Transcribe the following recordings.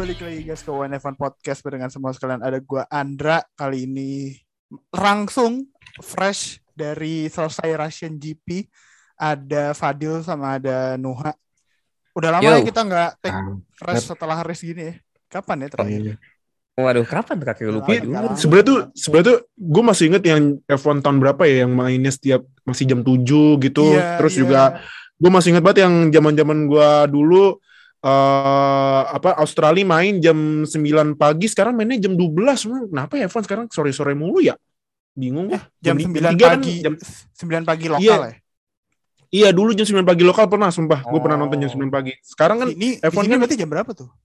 balik lagi guys ke One F1 Podcast barengan semua sekalian. Ada gue Andra, kali ini langsung fresh dari selesai Russian GP. Ada Fadil sama ada Nuha. Udah lama ya kita nggak take fresh setelah race gini ya. Kapan ya terakhir? Waduh, kapan terakhir lupa juga. Sebenarnya tuh gue masih inget yang F1 tahun berapa ya yang mainnya setiap masih jam 7 gitu. Iya, Terus juga gue masih inget banget yang zaman-zaman gue dulu Australia main jam 9 pagi, sekarang mainnya jam 12. Kenapa ya F1 sekarang sore-sore mulu ya? Bingung gua. Jam 9 pagi. Kan, jam 9 pagi lokal ya? Iya, dulu jam 9 pagi lokal pernah, sumpah. Gue pernah nonton jam 9 pagi. Sekarang kan ini F1 kan berarti jam berapa tuh?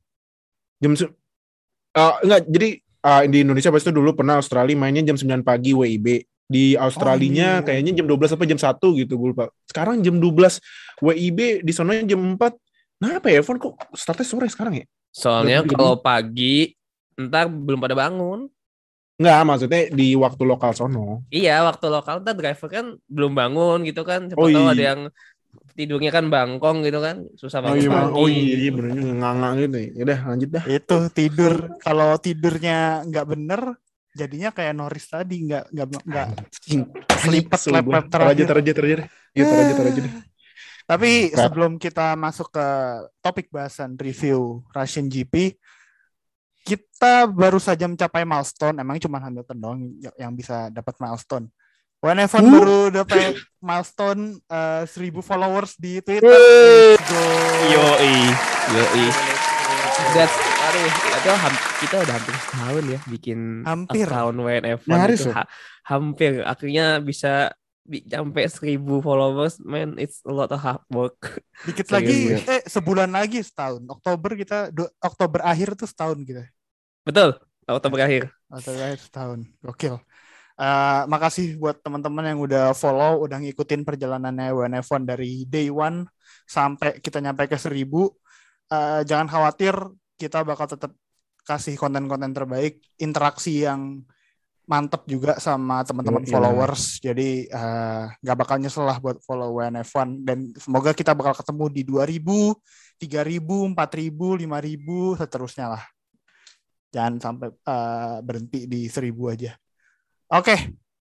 Enggak, jadi di Indonesia pas itu dulu pernah Australia mainnya jam 9 pagi WIB. Di Australinya kayaknya jam 12 apa jam 1 gitu, gue lupa. Sekarang jam 12 WIB, di sonanya jam 4. Nah, apa ya, F1 kok startnya sore sekarang ya? Soalnya kalau pagi entar belum pada bangun. Enggak, maksudnya di waktu lokal sono. Iya, waktu lokal entar driver kan belum bangun gitu kan. Siapa tahu ada yang tidurnya kan bangkong gitu kan, susah bangun pagi. Oh iya, bener nganga gitu. Yaudah, lanjut dah. Itu tidur, kalau tidurnya nggak bener, jadinya kayak Norris tadi nggak selipet terakhir. Iya, terakhir deh. Tapi sebelum kita masuk ke topik bahasan review Russian GP, kita baru saja mencapai milestone. Emang cuma Hamilton doang yang bisa dapat milestone. One F1 baru dapat milestone 1,000 followers di Twitter. Let's go. Yoi. Kita udah hampir setahun ya bikin account WNF1 itu. Hampir akhirnya bisa sampai 1,000 followers, man, it's a lot of hard work. Dikit lagi, sebulan lagi setahun. Oktober akhir tuh setahun kita. Betul, Oktober akhir setahun. Gokil. Makasih buat teman-teman yang udah follow, udah ngikutin perjalanannya WNF1 dari day one sampai kita nyampe ke 1,000. Jangan khawatir, kita bakal tetap kasih konten-konten terbaik, interaksi yang mantep juga sama teman-teman followers. Jadi gak bakal nyesel lah buat follow WNF1. Dan semoga kita bakal ketemu di 2,000, 3,000, 4,000, 5,000, seterusnya lah. Jangan sampai berhenti di 1,000 aja. Oke.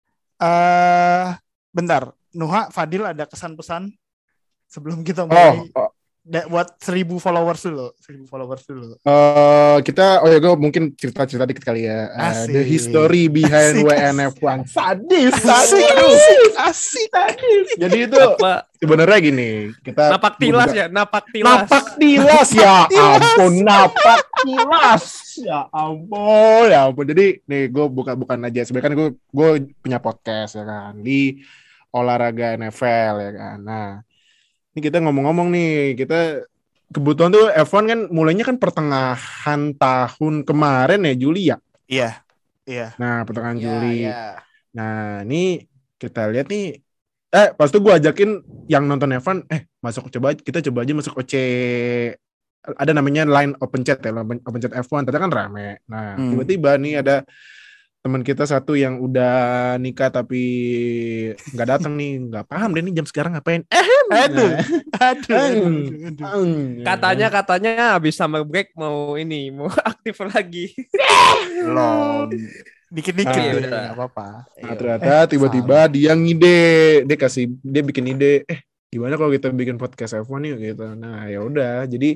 Bentar. Nuha, Fadil ada kesan-pesan sebelum kita mulai? Buat 1,000 followers dulu. Gue mungkin cerita dikit kali ya. The history behind WNF1. Sadis. Asik. Jadi itu sebenarnya gini, kita napak tilas. Ya ampun. Jadi nih gue bukan aja. Sebenarnya kan gue punya podcast ya kan di olahraga NFL ya kan. Nah, ini kita ngomong-ngomong nih, kita kebetulan tuh F1 kan mulainya kan pertengahan tahun kemarin ya, Juli ya? Iya. Nah, pertengahan Juli. Iya. Nah, ini kita lihat nih, pas itu gue ajakin yang nonton F1, kita coba aja masuk OC, ada namanya line open chat ya, open chat F1, ternyata kan rame. Nah, tiba-tiba nih ada teman kita satu yang udah nikah tapi nggak datang nih, nggak paham deh nih jam sekarang ngapain. Aduh. Katanya habis summer break mau aktif lagi. Belum. Dikit-dikit nggak apa-apa. Nah, ternyata tiba-tiba dia ngide, dia bikin ide. Gimana kalau kita bikin podcast F1 yuk gitu. Nah ya udah, jadi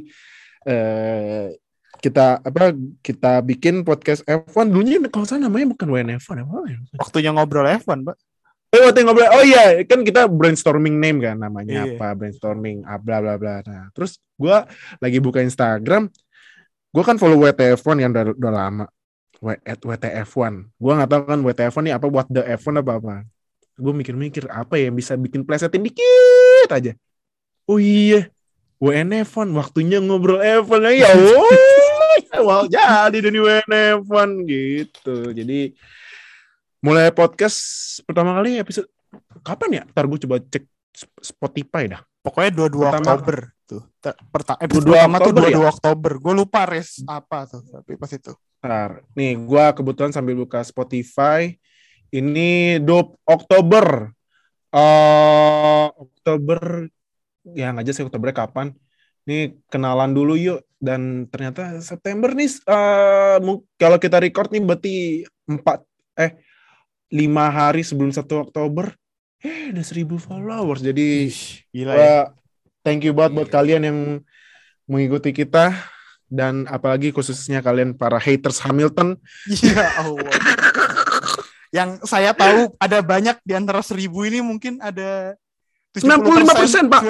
kita bikin podcast F1 dulunya kalau salah namanya bukan WNF1 apa ya? Waktunya ngobrol F1, Pak. Waktunya ngobrol. Oh iya, kan kita brainstorming name kan namanya apa, brainstorming bla bla bla. Nah, terus gue lagi buka Instagram, gue kan follow WTF1 yang udah lama. WTF1. Gue enggak tahu kan WTF1 ini apa, what the F1 apa. Gue mikir-mikir apa ya yang bisa bikin plesetin dikit aja. Oh iya, WNF1 waktunya ngobrol F1 ya. Wow, jadi dari WNF1 gitu. Jadi mulai podcast pertama kali episode kapan ya? Ntar gue coba cek Spotify dah. Pokoknya 22 Oktober tuh. Episode pertama tuh 22 Oktober. Gue lupa res apa tuh, tapi pas itu. Ntar, nih gue kebetulan sambil buka Spotify. Ini 2 Oktober. Oktober ya nggak jelas Oktobernya kapan. Nih kenalan dulu yuk. Dan ternyata September nih, kalau kita record nih berarti 5 hari sebelum 1 Oktober, udah 1.000 followers. Jadi gila ya. Thank you buat kalian yang mengikuti kita. Dan apalagi khususnya kalian para haters Hamilton. Ya Allah. Yang saya tahu ada banyak di antara 1.000 ini mungkin ada 95%, Pak.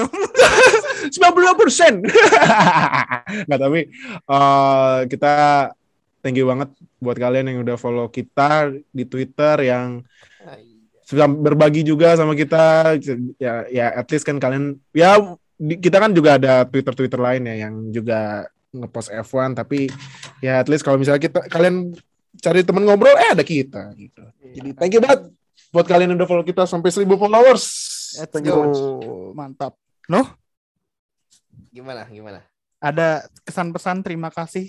95%. Nggak, tapi kita thank you banget buat kalian yang udah follow kita di Twitter, yang sudah berbagi juga sama kita. Ya at least kan kalian, ya kita kan juga ada Twitter lain ya yang juga ngepost F1, tapi ya at least kalau misalnya kalian cari teman ngobrol, ada kita gitu. Jadi thank you banget buat kalian yang udah follow kita sampai 1.000 followers. Thank you. Mantap. Loh? Gimana? Ada kesan-pesan terima kasih?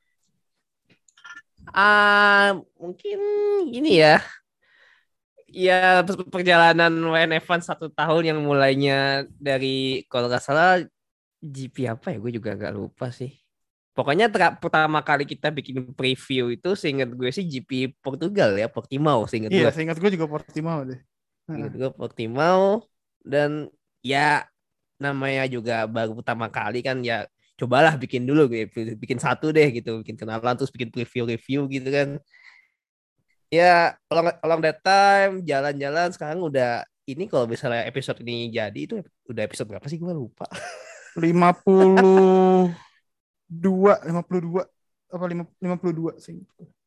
Mungkin gini ya. Ya, perjalanan WNF1 1 tahun yang mulainya dari, kalau nggak salah, GP apa ya? Gue juga nggak lupa sih. Pokoknya pertama kali kita bikin preview itu, seingat gue sih GP Portugal ya, Portimao seingat gue. Iya, seingat gue juga Portimao deh. Seingat gue Portimao. Dan ya namanya juga baru pertama kali kan, ya cobalah bikin dulu gitu, bikin satu deh gitu, bikin kenalan terus bikin review gitu kan. Ya along that time jalan-jalan, sekarang udah ini, kalau misalnya episode ini jadi itu udah episode berapa sih, gue lupa. 52 apa 52 sih.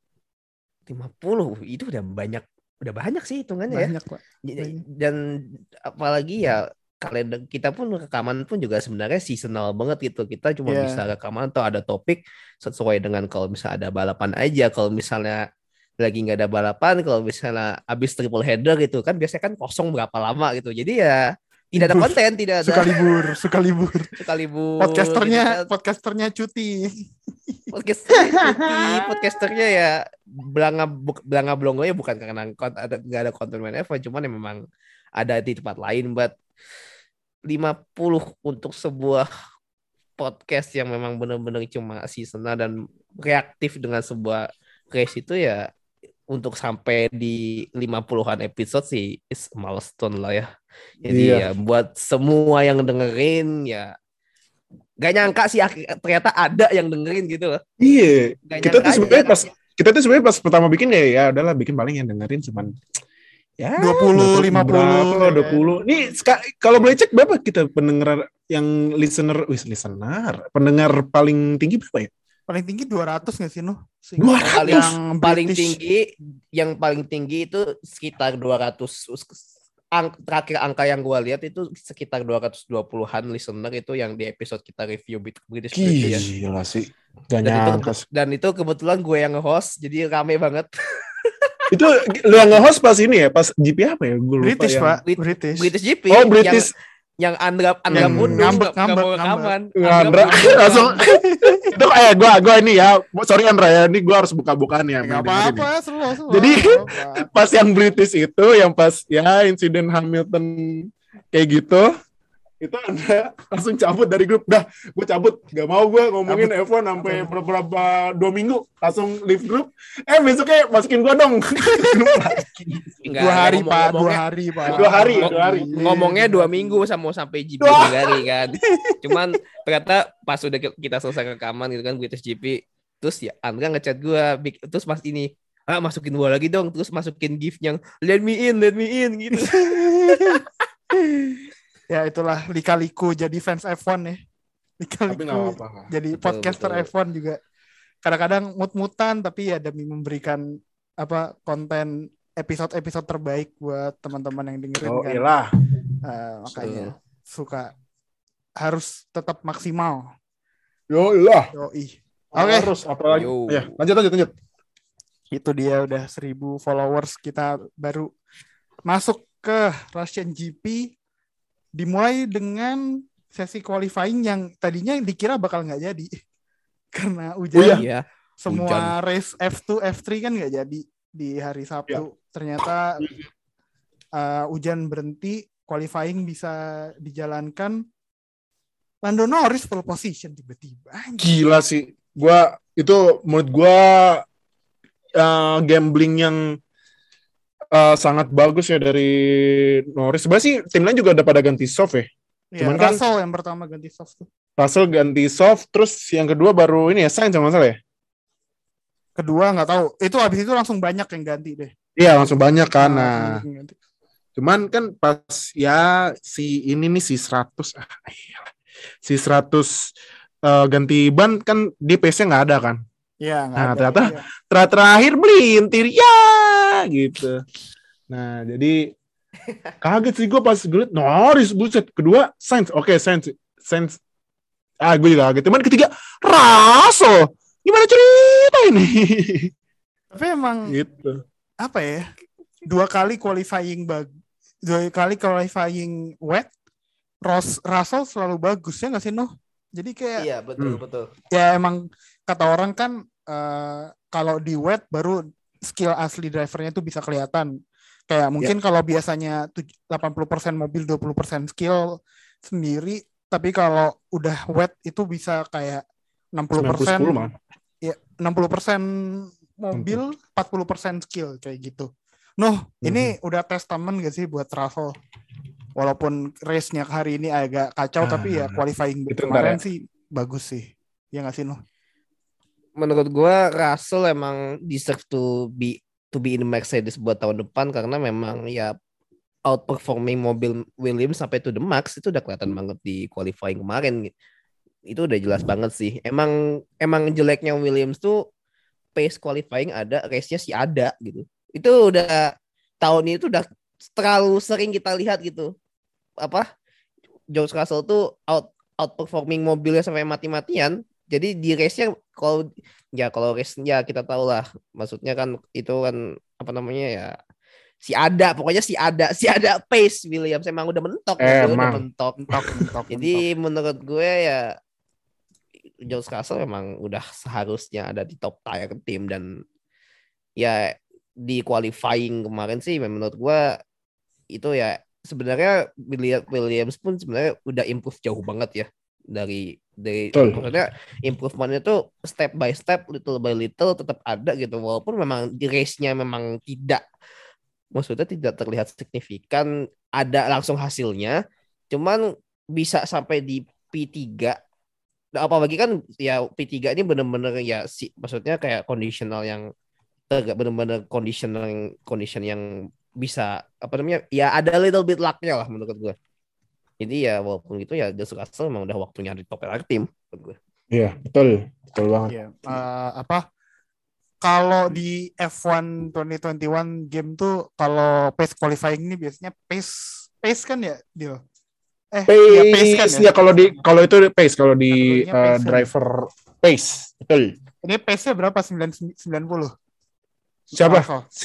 50 itu udah banyak sih hitungannya. Banyak, Pak. Dan apalagi ya kalender kita pun, rekaman pun juga sebenarnya seasonal banget gitu. Kita cuma bisa rekaman atau ada topik sesuai dengan kalau misalnya ada balapan aja. Kalau misalnya lagi nggak ada balapan, kalau misalnya abis triple header gitu kan biasanya kan kosong berapa lama gitu. Jadi ya tidak ada konten, tidak ada. Suka libur. Podcasternya cuti. Podcasternya ya belanga belongonya bukan karena nggak ada konten WNF1, cuman ya memang ada di tempat lain. Buat 50 untuk sebuah podcast yang memang benar-benar cuma seasonal dan reaktif dengan sebuah race itu, ya untuk sampai di 50-an episode sih is milestone lah ya. Jadi ya buat semua yang dengerin, ya gak nyangka sih ternyata ada yang dengerin gitu loh. Iya. Kita tuh sebenarnya pas pertama bikin ya udahlah bikin, paling yang dengerin cuman ya 20, 50. Nih kalau boleh cek berapa kita pendengar yang listener, pendengar paling tinggi berapa ya? Paling tinggi 200 nggak sih, Nuh? 200. Yang paling tinggi itu sekitar 200. Terakhir angka yang gue lihat itu sekitar 220-an listener itu yang di episode kita review British ya. Gila sih. Dan itu kebetulan gue yang nge-host, jadi rame banget. Itu lu yang nge-host pas ini ya, pas GP apa ya? Gue lupa. British, Pak. British GP. Oh, British. Yang Andra mundur, ngambek. Andra langsung itu gue ini ya, sorry Andra ya, ini gue harus buka-bukaan ya. Gak apa-apa, selalu. Jadi pas yang British itu, yang pas ya insiden Hamilton kayak gitu, itu Andra langsung cabut dari grup. Dah, gue cabut, gak mau gue ngomongin F1 sampai beberapa 2 minggu, langsung leave grup. Besoknya masukin gue dong. 2 hari, Pak. 2 hari. Ngomongnya 2 minggu sampai GP Hungary kan. Cuman ternyata pas udah kita selesai rekaman gitu kan, British GP, terus ya Andra ngechat gue, terus pas ini, masukin gue lagi dong, terus masukin gift yang let me in gitu. Ya itulah lika-liku jadi fans F1 ya. Lika-liku jadi podcaster F1 juga. Kadang-kadang mut-mutan, tapi ya demi memberikan konten episode-episode terbaik buat teman-teman yang dengerin kan. Iyalah. Makanya suka harus tetap maksimal. Yoi. Oke. Harus apalagi. Ya, lanjut. Itu dia udah 1.000 followers, kita baru masuk ke Russian GP. Dimulai dengan sesi qualifying yang tadinya dikira bakal nggak jadi karena hujan. Semua hujan. Race F2, F3 kan nggak jadi di hari Sabtu. Ternyata hujan berhenti, qualifying bisa dijalankan. Lando Norris pole position tiba-tiba. Anjir. Gila sih. Menurut gua gambling yang sangat bagus ya dari Norris. Sebenarnya sih tim lain juga udah pada ganti soft ya. Ya, Cuman kan Russell yang pertama ganti soft tuh. Russell ganti soft, terus yang kedua baru ini ya Sainz sama salah ya. Kedua nggak tahu. Itu habis itu langsung banyak yang ganti deh. Iya langsung banyak kan. Nah, ganti. cuman kan pas ya si 100 si 100 ganti ban kan di pace-nya nggak ada kan. Iya nggak Nah ada. ternyata Iya. terakhir melintir ya gitu. Nah jadi kaget sih gue pas gue liat Norris buset. Kedua Sainz. Oke, Sainz gue juga kaget. Cuman ketiga Russell. Gimana cerita ini? Tapi emang Gitu. apa ya? 2 kali qualifying wet, Russell selalu bagus ya nggak sih Noh? Jadi kayak Iya betul. ya emang kata orang kan kalau di wet baru skill asli drivernya tuh bisa kelihatan. Kayak mungkin kalau biasanya 80% mobil 20% skill sendiri, tapi kalau udah wet itu bisa kayak 60%. 90-10 mah. Ya, 60% mobil, 40% skill kayak gitu. Ini udah testament gak sih buat Russell? Walaupun race-nya hari ini agak kacau, tapi ya qualifying kemarin sih bagus sih. Ya nggak sih Menurut gue Russell emang deserve to be in Mercedes buat tahun depan karena memang ya outperforming mobil Williams sampai to the max itu udah kelihatan banget di qualifying kemarin. Itu udah jelas banget sih. Emang jeleknya Williams tuh pace qualifying ada, race-nya sih ada gitu. Itu udah tahun ini tuh udah terlalu sering kita lihat gitu. George Russell tuh outperforming mobilnya sampai mati-matian. Jadi di race-nya kalau race-nya kita tahu lah, maksudnya kan itu kan pokoknya si ada pace Williams emang udah mentok. Jadi menurut gue ya George Russell memang udah seharusnya ada di top tier tim dan ya di qualifying kemarin sih menurut gue itu ya sebenarnya Williams pun sebenarnya udah improve jauh banget ya dari maksudnya improvementnya tuh step by step, little by little tetap ada gitu walaupun memang di race-nya memang tidak terlihat signifikan ada langsung hasilnya, cuman bisa sampai di P3. Apalagi kan ya P3 ini benar-benar ya maksudnya kayak conditional yang benar-benar condition yang bisa ya ada little bit luck-nya lah menurut gue. Jadi ya walaupun gitu ya George Russell memang udah waktunya di top tim menurut gue. Iya, betul banget. Iya. Kalau di F1 2021 game tuh kalau pace qualifying ini biasanya pace kan ya dia. Pace kan ya. Kalau itu pace kalau di driver pace. Betul. Ini pace-nya berapa? 90. Siapa?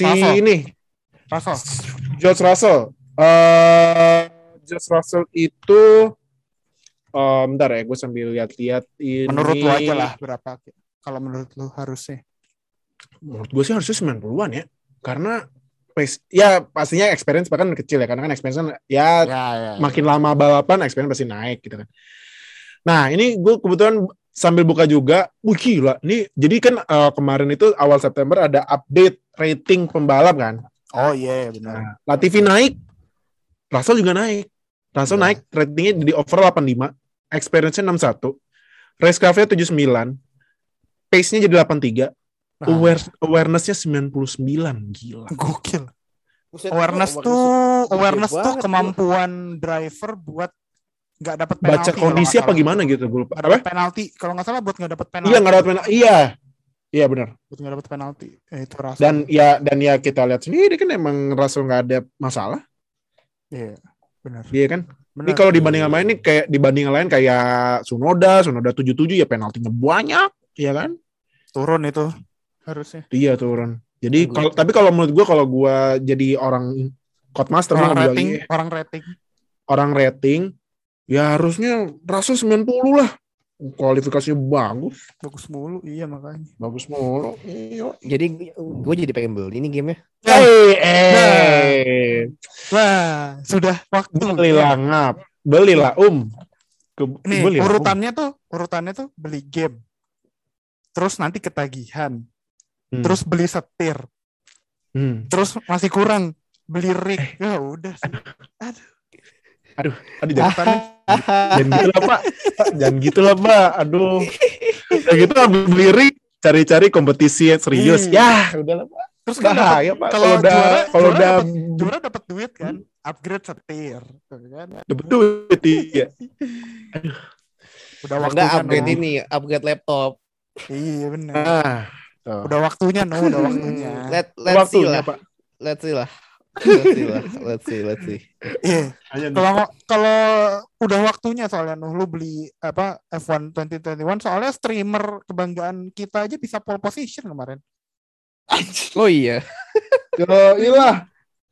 George Russell. George Russell itu bentar ya, gue sambil lihat-lihat ini. Menurut lu aja lah berapa? Kalau menurut lu harusnya? Menurut gue sih harusnya 90-an ya. Karena pace, ya pastinya experience bahkan kecil ya. Karena kan experience kan ya. Makin lama balapan experience pasti naik gitu kan. Nah ini gue kebetulan sambil buka juga. Gila. Ini jadi kan kemarin itu awal September ada update rating pembalap kan. Oh iya benar. Nah, Latifi naik. Russell juga naik. Russell naik, ratingnya di overall 85, experience-nya 61, racecraft-nya 79, pace-nya jadi 83, awareness-nya 99, gila. Gokil. Awareness tuh kemampuan driver buat nggak dapat penalti. Baca kondisi apa gimana gitu, gue lupa. Dapat penalti, kalau nggak salah buat nggak dapat penalti. Iya nggak dapat penalti, iya benar. Buat nggak dapat penalti, itu Russell. Dan ya kita lihat sendiri kan emang Russell nggak ada masalah. Iya. Benar. Iya kan? Ini kalau dibanding sama ini kayak dibanding lain kayak Tsunoda 77 ya penaltinya banyak, iya kan? Turun itu harusnya. Iya turun. Jadi tapi kalau menurut gue kalau gue jadi orang codemaster orang rating ya harusnya Russell 90 lah. Kualifikasinya bagus mulu, iya makanya. Bagus mulu. Iya. Jadi gue jadi pengen beli ini gamenya. Nah, sudah waktu. Belilah. Nih, Gue lihat. urutannya tuh beli game. Terus nanti ketagihan. Hmm. Terus beli setir. Terus masih kurang beli rig. Ya udah sih. Aduh, jangan gitu lah Pak. Jangan gitu lah Pak. Aduh. Udah gitu habis beli rig, cari-cari kompetisi yang serius. Iya. Ya, udahlah Pak. Terus kan Bahaya Pak. kalau Kalau juara dapat duit kan, upgrade setir, kan? dapat duit iya. Udah Enggak waktunya upgrade no. ini, upgrade laptop. Iya benar. Nah, tuh. Udah waktunya no, udah waktunya. Let's see Waktunya, lah. Pak. Let's see. Iya. Kalau udah waktunya soalnya lu beli apa F1 2021 soalnya streamer kebanggaan kita aja bisa pole position kemarin. Oh iya. Iyalah.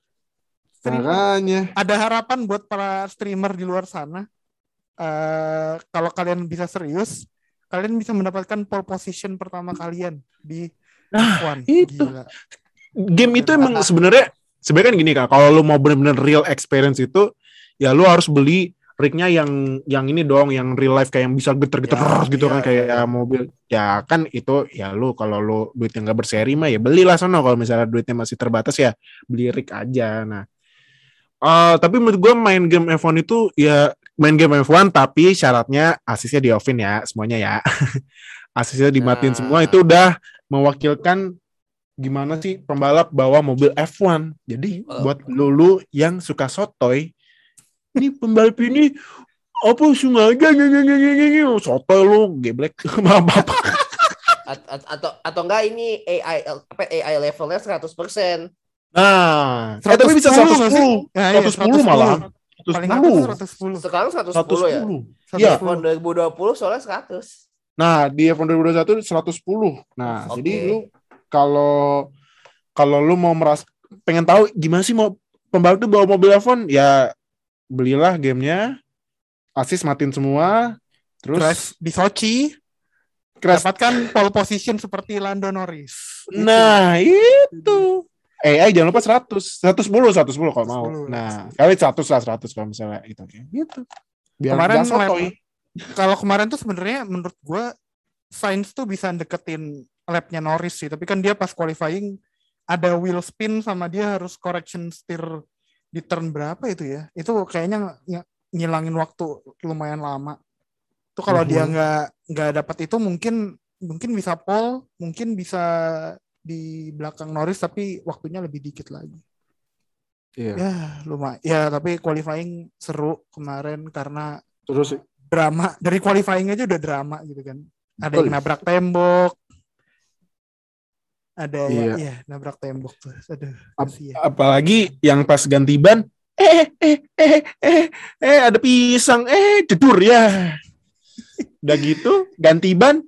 Makanya. Ada harapan buat para streamer di luar sana. Kalau kalian bisa serius, kalian bisa mendapatkan pole position pertama kalian di F1. Itu. Gila. Game itu emang sebenarnya kan gini Kak, kalau lu mau bener-bener real experience itu ya lu harus beli rignya yang ini dong, yang real life kayak yang bisa geter-geter gitu kan kayak mobil. Ya kan itu ya lu kalau lu duitnya nggak berseri mah ya belilah sono, kalau misalnya duitnya masih terbatas ya beli rig aja. Nah, tapi menurut gue main game F1 itu ya main game F1 tapi syaratnya asisnya di offin ya semuanya ya. Asisnya dimatiin semua, itu udah mewakilkan gimana sih pembalap bawa mobil F1. Jadi buat lulu yang suka sotoy, ini pembalap ini apa sengaja sotoy lu geblek. Maaf. Atau enggak ini AI levelnya 100%. Nah, tapi bisa 110. 110 malah. Paling atas 110. Sekarang 110 ya. Iya. Tahun 2020 soalnya 100. Nah, di F1 2021 110. Nah, jadi lu kalau lu mau pengen tahu gimana sih mau pembalap tuh bawa mobil F1, ya belilah gamenya, asis matiin semua, terus di Sochi dapatkan pole position seperti Lando Norris. Nah, itu. Jangan lupa 110 kalau mau. Nah, kali 100 kalau misalnya itu gitu. Biar kalau kemarin tuh sebenarnya menurut gue Sainz tuh bisa deketin lapnya Norris sih, tapi kan dia pas qualifying ada wheel spin sama dia harus correction steer di turn berapa itu ya, itu kayaknya ngilangin waktu lumayan lama tuh. Kalau dia nggak dapat itu mungkin bisa pole, mungkin bisa di belakang Norris tapi waktunya lebih dikit lagi. Ya lumayan ya, tapi qualifying seru kemarin karena terus drama dari qualifying aja udah drama gitu kan. Ada yang nabrak tembok, ada yang nabrak tembok tuh. Aduh, apalagi yang pas ganti ban ada pisang jedur ya. Udah gitu ganti ban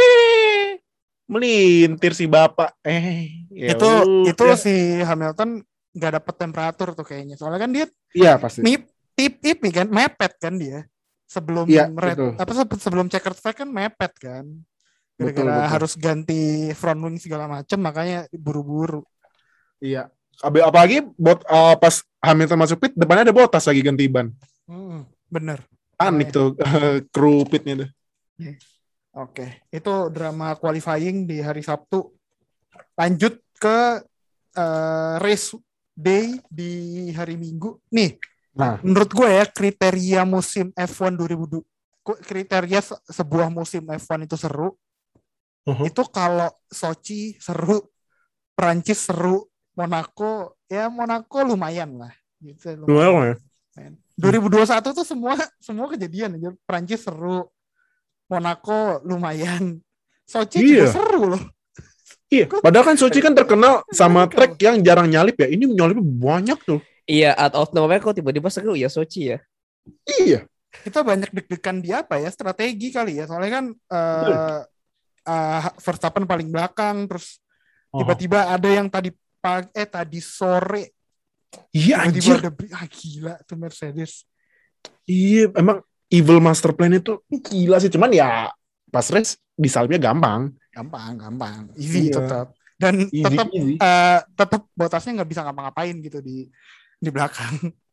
melintir si bapak itu si Hamilton nggak dapet temperatur tuh kayaknya, soalnya kan dia pasti tip kan mepet kan dia sebelum sebelum checkered flag kan mepet kan, gara-gara harus ganti front wing segala macam, makanya buru-buru. Iya, apalagi pas Hamilton masuk pit depannya ada Bottas lagi ganti ban. Bener, panik tuh kru pitnya tuh. Oke, itu drama qualifying di hari Sabtu. Lanjut ke race day di hari Minggu. Nih, menurut gue ya kriteria musim F1 2020, kriteria sebuah musim F1 itu seru. Itu kalau Sochi seru, Prancis seru, Monaco lumayan lah. Gitu, lumayan. 2021 tuh semua kejadian aja. Prancis seru, Monaco lumayan, Sochi juga seru loh. Iya, padahal kan Sochi kan terkenal sama track yang jarang nyalip ya. Ini nyalipnya banyak tuh. Iya, out of nowhere kok tiba-tiba seru ya Sochi ya. Iya. Kita banyak deg-degan di apa ya, strategi kali ya. Soalnya kan Verstappen paling belakang, terus tiba-tiba ada yang tadi sore. Iya anjir. Gila tuh Mercedes. Iya, emang evil master plan itu gila sih. Cuman ya pas race disalipnya gampang, easy tetap, dan tetap Bottasnya nggak bisa ngapa-ngapain gitu di belakang.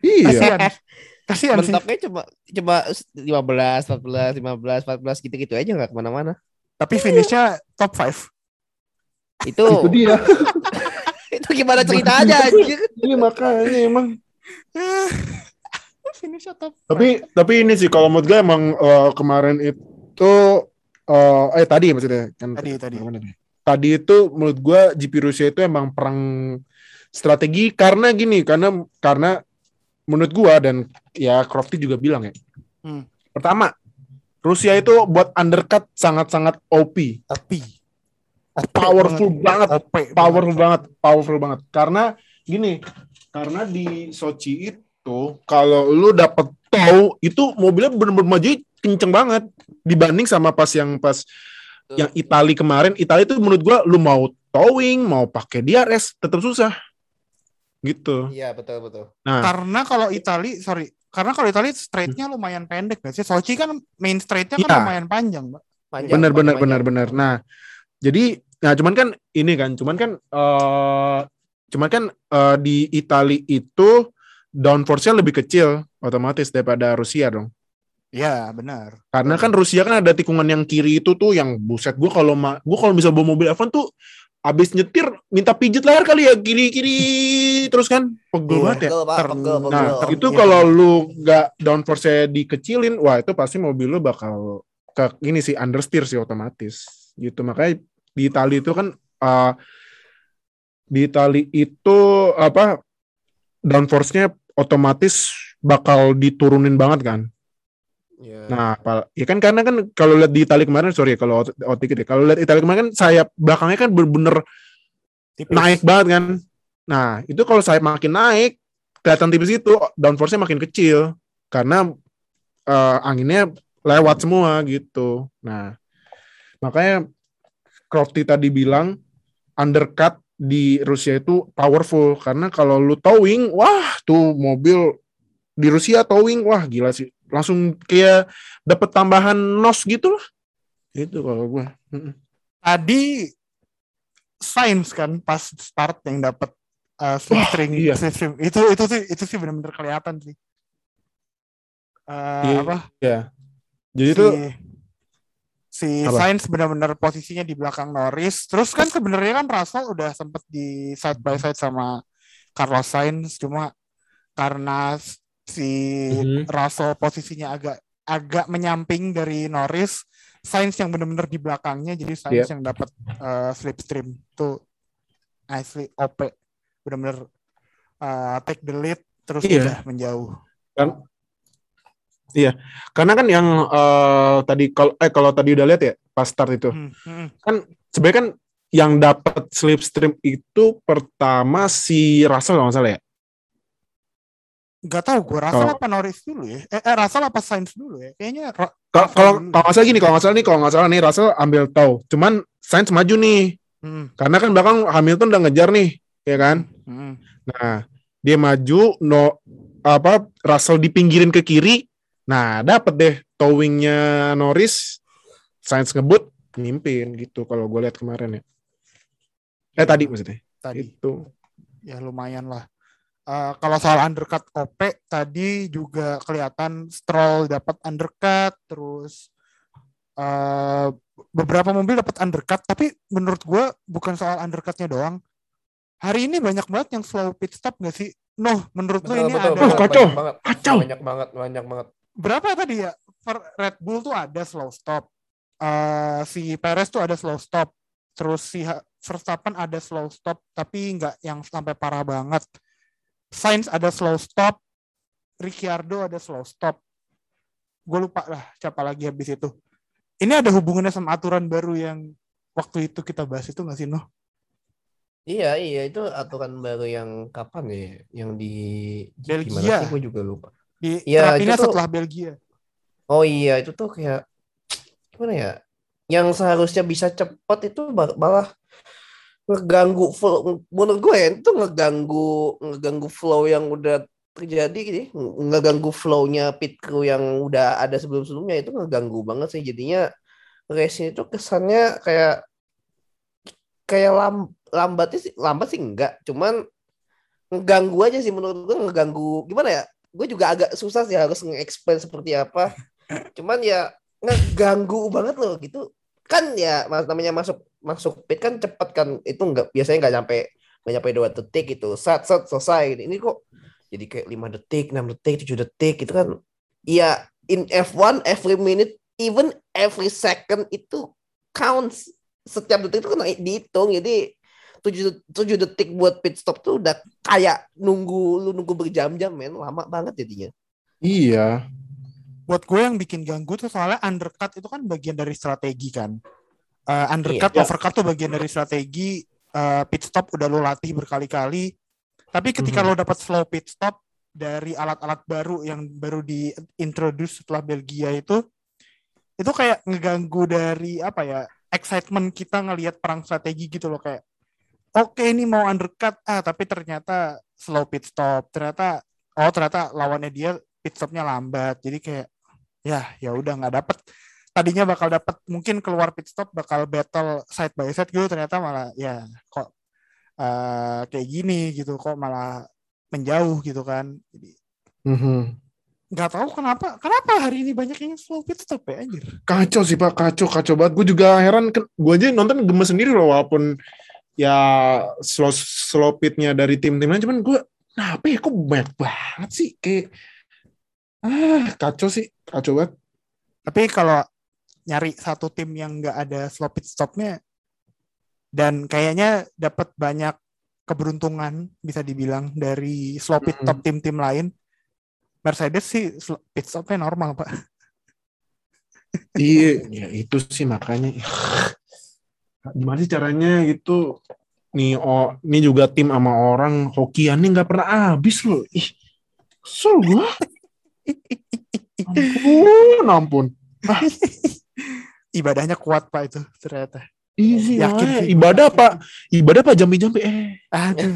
Iya. Kasihan sih. Mentoknya cuma 15, 14, 15, 14 gitu-gitu aja nggak kemana-mana. Tapi finishnya top 5. Itu Itu dia. itu gimana ceritanya anjir? Iya makanya emang. Finishnya top 5. Tapi ini sih kalau menurut gue emang kemarin itu tadi maksudnya kan Tadi. tadi itu menurut gue GP Rusia itu emang perang strategi karena gini karena menurut gue dan ya Crofty juga bilang ya. Pertama, Rusia itu buat undercut sangat-sangat OP. Powerful banget karena gini, karena di Sochi itu kalau lu dapet tow itu mobilnya bener-bener maju kenceng banget dibanding sama pas yang Itali kemarin. Itali itu menurut gua lu mau towing mau pakai DRS tetap susah gitu. Iya betul. Nah, karena kalau Itali straightnya lumayan pendek gak sih? Sochi kan main straightnya kan iya. lumayan panjang, Mbak. Benar. Nah, jadi cuman kan di Itali itu downforce-nya lebih kecil otomatis daripada Rusia dong. Iya, benar. Karena kan Rusia kan ada tikungan yang kiri itu tuh yang buset gue kalau bisa bawa mobil F1 tuh abis nyetir minta pijit leher kali ya kiri terus kan pegel banget ya. Pegel. Nah, itu kalau lu nggak downforce-nya dikecilin, wah itu pasti mobil lu bakal ke ini sih understeer sih otomatis gitu. Makanya di Itali itu kan downforce-nya otomatis bakal diturunin banget kan. Yeah. Nah, ya kan karena kan kalau lihat di Itali kemarin, kalau lihat Itali kemarin kan sayap belakangnya kan bener-bener naik banget kan. Nah, itu kalau sayap makin naik, kelihatan tipis itu downforce-nya makin kecil karena anginnya lewat semua gitu. Nah, makanya Crofty tadi bilang undercut di Rusia itu powerful karena kalau lu towing, wah tuh mobil di Rusia towing, wah gila sih. Langsung kayak dapat tambahan nos gitu lah. Itu kalau gue. Tadi Sainz kan pas start yang dapat slipstream. Iya. Itu sih benar-benar kelihatan sih. Iya. Jadi si Sainz benar-benar posisinya di belakang Norris. Terus kan sebenarnya kan Russell udah sempat di side by side sama Carlos Sainz, cuma karena si Russell posisinya agak menyamping dari Norris, Sainz yang benar-benar di belakangnya, jadi Sainz yang dapat slipstream tuh nicely OP, benar-benar take the lead terus udah menjauh. Iya, karena kan yang tadi kalau tadi udah lihat ya pas start itu, kan sebenarnya kan yang dapat slipstream itu pertama si Russell kalau nggak salah ya. Gak tahu gue Russell apa Norris dulu ya? Russell apa Sainz dulu ya? Kayaknya kalau nggak salah nih Russell ambil tahu, cuman Sainz maju nih, karena kan belakang Hamilton udah ngejar nih, ya kan? Nah dia maju, Russell dipinggirin ke kiri. Nah, dapat deh towingnya Norris, Sainz ngebut, mimpin gitu kalau gue lihat kemarin ya. Tadi maksudnya. Tadi. Itu. Ya lumayan lah. Kalau soal undercut OP tadi juga kelihatan Stroll dapat undercut, terus beberapa mobil dapat undercut, tapi menurut gue bukan soal undercutnya doang. Hari ini banyak banget yang slow pit stop nggak sih? Menurut lo ini ada? Kacau. Banyak banget. Berapa tadi ya? Red Bull tuh ada slow stop. Si Perez tuh ada slow stop. Terus si Verstappen ada slow stop, tapi nggak yang sampai parah banget. Sainz ada slow stop. Ricciardo ada slow stop. Gue lupa lah siapa lagi habis itu. Ini ada hubungannya sama aturan baru yang waktu itu kita bahas itu nggak sih, Noh? Iya, itu aturan baru yang kapan ya? Yang di Belgia. Gue juga lupa. Terapinya setelah Belgia. Oh iya, itu tuh kayak gimana ya? Yang seharusnya bisa cepat itu malah ngeganggu flow. Menurut gue ya, itu ngeganggu flow yang udah terjadi gitu. Ngeganggu flow-nya pit crew yang udah ada sebelum-sebelumnya, itu ngeganggu banget sih. Jadinya race itu kesannya kayak lambat sih enggak, cuman ngeganggu aja sih menurut gue, ngeganggu gimana ya, gue juga agak susah sih harus nge-explain seperti apa, cuman ya ngeganggu banget loh gitu kan ya. Namanya masuk masuk pit kan cepet kan, itu nggak biasanya nggak nyampe 2 detik gitu, set selesai. Ini kok jadi kayak 5 detik, 6 detik, 7 detik gitu kan. Ya in F1 every minute, even every second itu counts, setiap detik itu kan dihitung. Jadi 7 detik buat pit stop tuh udah kayak nunggu berjam-jam, men, lama banget jadinya. Iya. Buat gue yang bikin ganggu tuh soalnya undercut itu kan bagian dari strategi kan. Undercut, Iya. overcut tuh bagian dari strategi. Pit stop udah lo latih berkali-kali. Tapi ketika lo dapat slow pit stop dari alat-alat baru yang baru diintroduce setelah Belgia itu kayak ngeganggu dari apa ya, excitement kita ngelihat perang strategi gitu loh. Kayak oke, ini mau undercut, tapi ternyata slow pit stop. Ternyata lawannya dia pit stopnya lambat. Jadi kayak ya udah nggak dapet. Tadinya bakal dapet, mungkin keluar pit stop bakal battle side by side gitu, ternyata malah ya kok kayak gini gitu, kok malah menjauh gitu kan. Jadi nggak tahu kenapa hari ini banyak yang slow pit stop ya, anjir. Kacau sih Pak, kacau banget. Gue juga heran, gue aja nonton gemes sendiri loh, walaupun ya slow pitnya dari tim-timnya, cuman gue kenapa ya kok banyak banget sih, kayak kacau banget. Tapi kalau nyari satu tim yang nggak ada slow pit stopnya dan kayaknya dapat banyak keberuntungan bisa dibilang dari slow pit stop tim-tim lain, Mercedes sih pit stopnya normal, Pak. Iya, ya itu sih makanya. Gimana sih caranya gitu? Nih, ini juga tim sama orang hokiannya nggak pernah habis loh. Ih, kesel gue. Ampun. Ibadahnya kuat, Pak, itu ternyata. Iya sih, yakin sih. Ibadah Pak jambi-jambi. Aduh.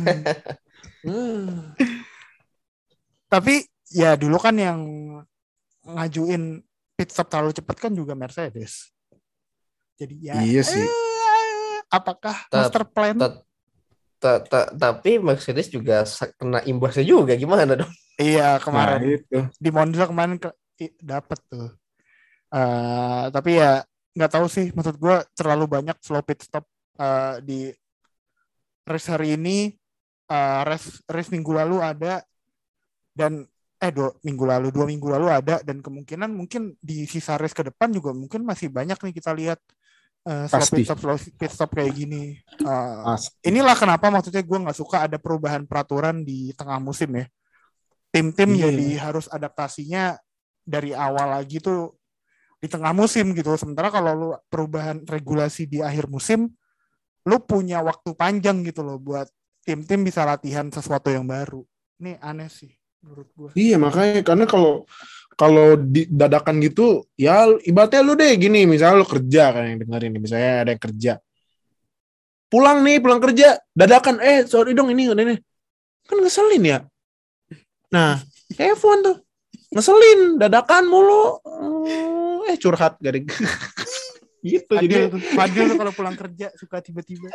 Tapi ya dulu kan yang ngajuin pit stop terlalu cepat kan juga Mercedes. Jadi ya. Iya sih. Apakah master plan? Tapi Mercedes juga kena imbasnya juga, gimana dong? Iya, kemarin nah, itu. di Monza kemarin dapat tuh. Tapi ya nggak tahu sih, maksud gue terlalu banyak slow pit stop di race hari ini. Race minggu lalu ada, dan 2 minggu lalu ada, dan kemungkinan mungkin di sisa race ke depan juga mungkin masih banyak nih kita lihat slow pit stop kayak gini. Inilah kenapa maksudnya gue nggak suka ada perubahan peraturan di tengah musim ya. Tim-tim jadi harus adaptasinya dari awal lagi tuh di tengah musim gitu. Sementara kalau lu perubahan regulasi di akhir musim, lu punya waktu panjang gitu loh buat tim-tim bisa latihan sesuatu yang baru. Ini aneh sih menurut gue. Iya, makanya karena kalau dadakan gitu, ya ibaratnya lu deh gini, misalnya lu kerja kan, yang dengerin nih, misalnya ada yang kerja. Pulang kerja, dadakan, sorry dong ini. Kan ngeselin ya. Nah, F1 tuh ngeselin, dadakan mulu. Curhat garing. Gitu. Fadil tuh kalau pulang kerja suka tiba-tiba.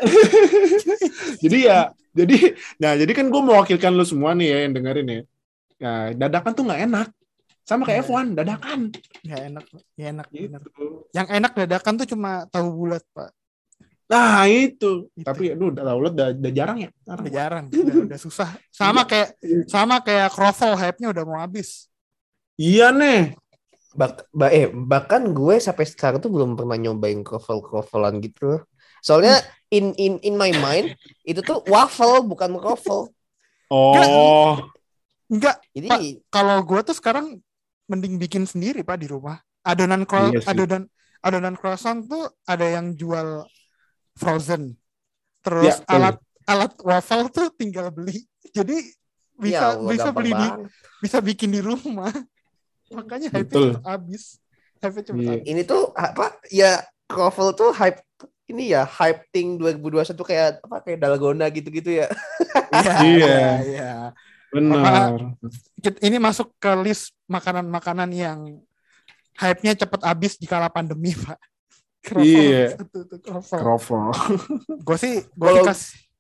jadi kan gue mewakilkan lu semua nih ya yang dengerin ya. Nah, dadakan tuh nggak enak. Sama kayak F1, dadakan. Nggak enak. Gitu. Yang enak dadakan tuh cuma tahu bulat, Pak. Nah itu. Tapi aduh, tahu bulat udah jarang ya. Udah jarang, udah susah. Sama kayak Kroffel, hype-nya udah mau habis. Iya nih. Bahkan gue sampai sekarang tuh belum pernah nyobain kroffel-kroffelan gitu. Soalnya in my mind itu tuh waffle bukan kroffel. Oh. Enggak. Jadi kalau gue tuh sekarang mending bikin sendiri, Pak, di rumah. Adonan croissant tuh ada yang jual frozen. Terus alat waffle tuh tinggal beli. Jadi bisa beli bisa bikin di rumah. Makanya hype-nya cepet habis. Ini tuh apa ya, kroffel tuh hype ini ya, hype thing 2021 kayak dalgona gitu-gitu ya. Iya. Benar. Ini masuk ke list makanan-makanan yang hype-nya cepet habis di kala pandemi, Pak. Kroffel. Gue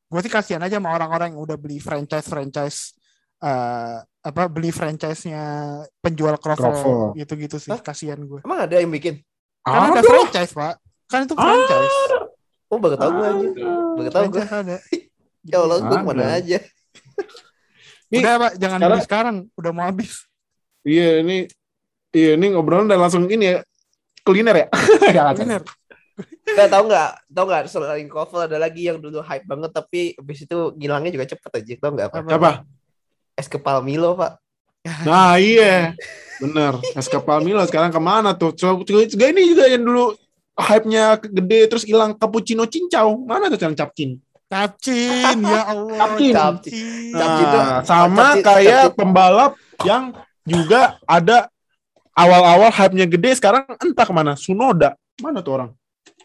Gue sih kasihan aja sama orang-orang yang udah beli franchise beli franchise-nya penjual Kroffel. kroffel gitu-gitu sih. Hah? Kasihan gue. Emang ada yang bikin? Kan ada Ada. franchise, Pak. Kan itu franchise. Oh, baru tahu gue aja. Baru tahu gue. Franchise ada. Ya Allah, gue Ada. kemana aja. Nih, Udah, Pak, jangan sekarang- beli sekarang. Udah mau habis. Iya ini ngobrolan udah langsung ini ya kuliner ya. Bener. Tahu nggak selain Kovel ada lagi yang dulu hype banget tapi habis itu ngilangnya juga cepet aja. Tahu nggak apa? Apa? Es kepal Milo, Pak. Nah iya bener. Es kepal Milo sekarang kemana tuh? Juga ini juga yang dulu hype-nya gede terus hilang, cappuccino cincau. Mana tuh yang capcin? Capcin, ya Allah. Capcin. Capcin. Capcin tuh- Nah, sama capcin- kayak capcin. pembalap yang juga ada awal-awal hype-nya gede sekarang entah kemana. Sunoda. Mana tuh orang?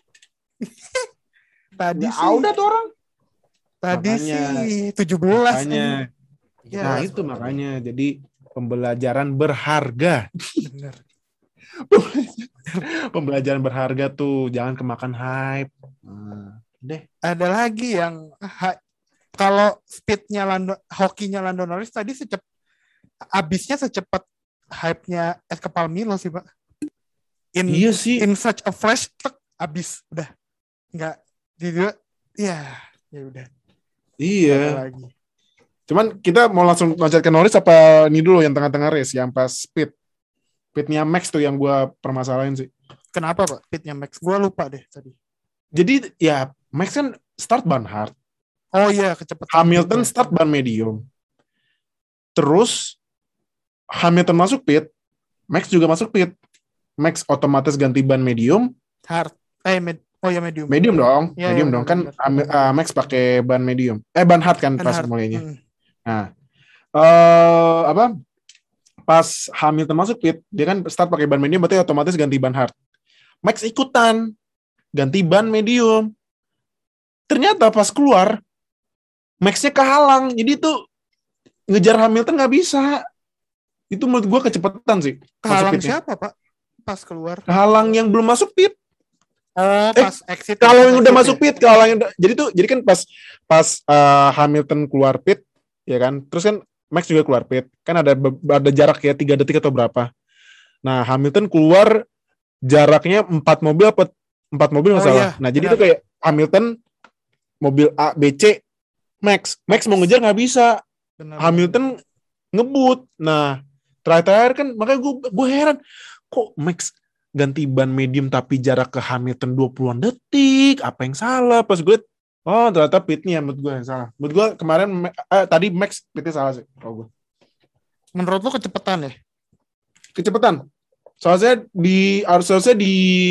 Tadi Nggak sih. ada tuh orang. Tadi Makanya. sih 17. Makanya. Ya, Nah itu makanya. Jadi pembelajaran berharga. bener. Pembelajaran berharga tuh. Jangan kemakan hype. Nah, deh. Ada lagi yang kalau speednya hokinya Lando Norris tadi abisnya secepat hype-nya es kepal Milo sih, Pak. Iya sih. In such a flash, abis udah nggak dia ya udah. Iya. Ada lagi. Cuman kita mau langsung loncat ke Norris apa ini dulu yang tengah-tengah race yang pas speednya Max tuh yang gua permasalahin sih. Kenapa, Pak? Pitnya Max? Gua lupa deh tadi. Jadi ya Max kan start ban hard, Oh iya, kecepatan. Hamilton juga. start ban medium. Terus Hamilton masuk pit, Max juga masuk pit. Max otomatis ganti ban medium. Hard. Medium. Medium dong, Ya, medium ya, dong kan benar. Max pakai ban medium. Ban hard kan Ban pas hard. mulainya. Hmm. Nah, pas Hamilton masuk pit, dia kan start pakai ban medium, berarti otomatis ganti ban hard. Max ikutan ganti ban medium. Ternyata pas keluar, Max-nya kehalang. Jadi tuh ngejar Hamilton nggak bisa. Itu menurut gue kecepatan sih. Kehalang pitnya. siapa, Pak? Pas keluar. Kehalang yang belum masuk pit. Oh, pas exit. Kalau yang udah Exit masuk ya? pit, kalau yang jadi kan pas Hamilton keluar pit, ya kan. Terus kan Max juga keluar pit. Kan ada jarak ya 3 detik atau berapa. Nah, Hamilton keluar jaraknya 4 mobil nggak salah. Iya, Nah, jadi benar. tuh kayak Hamilton mobil A, B, C, Max mau ngejar nggak bisa. Benar. Hamilton ngebut. Nah, terakhir kan makanya gue heran kok Max ganti ban medium tapi jarak ke Hamilton 20-an detik. Apa yang salah? Pas gue ternyata pitnya menurut gue yang salah. Menurut gue kemarin tadi Max pitnya salah sih kalau gue. Menurut lu kecepatan ya? Kecepatan. Soalnya harusnya di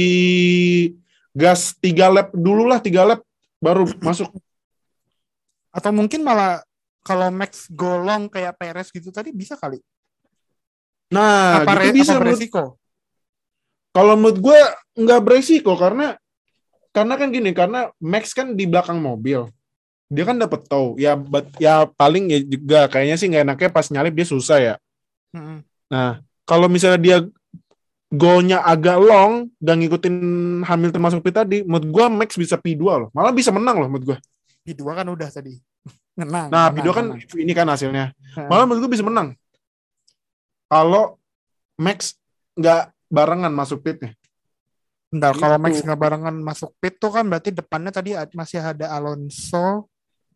gas 3 lap dulu lah, 3 lap baru masuk. Atau mungkin malah kalau Max golong kayak Perez gitu tadi bisa kali. Nah, Apa gitu bisa menurut. beresiko? Kalau menurut gue nggak beresiko karena kan gini, karena Max kan di belakang mobil. Dia kan dapet tow. Ya paling ya juga kayaknya sih nggak enaknya pas nyalip dia susah ya. Hmm. Nah, kalau misalnya dia go-nya agak long dan ngikutin Hamilton masuk pit tadi, menurut gue Max bisa P2 loh. Malah bisa menang loh menurut gue. P2 kan udah tadi. Menang. Nah, P2 kan ini kan hasilnya. Malah menurut gue bisa menang. Kalau Max nggak barengan masuk pitnya. Bentar, kalau Gitu. Max nggak barengan masuk pit tuh kan berarti depannya tadi masih ada Alonso.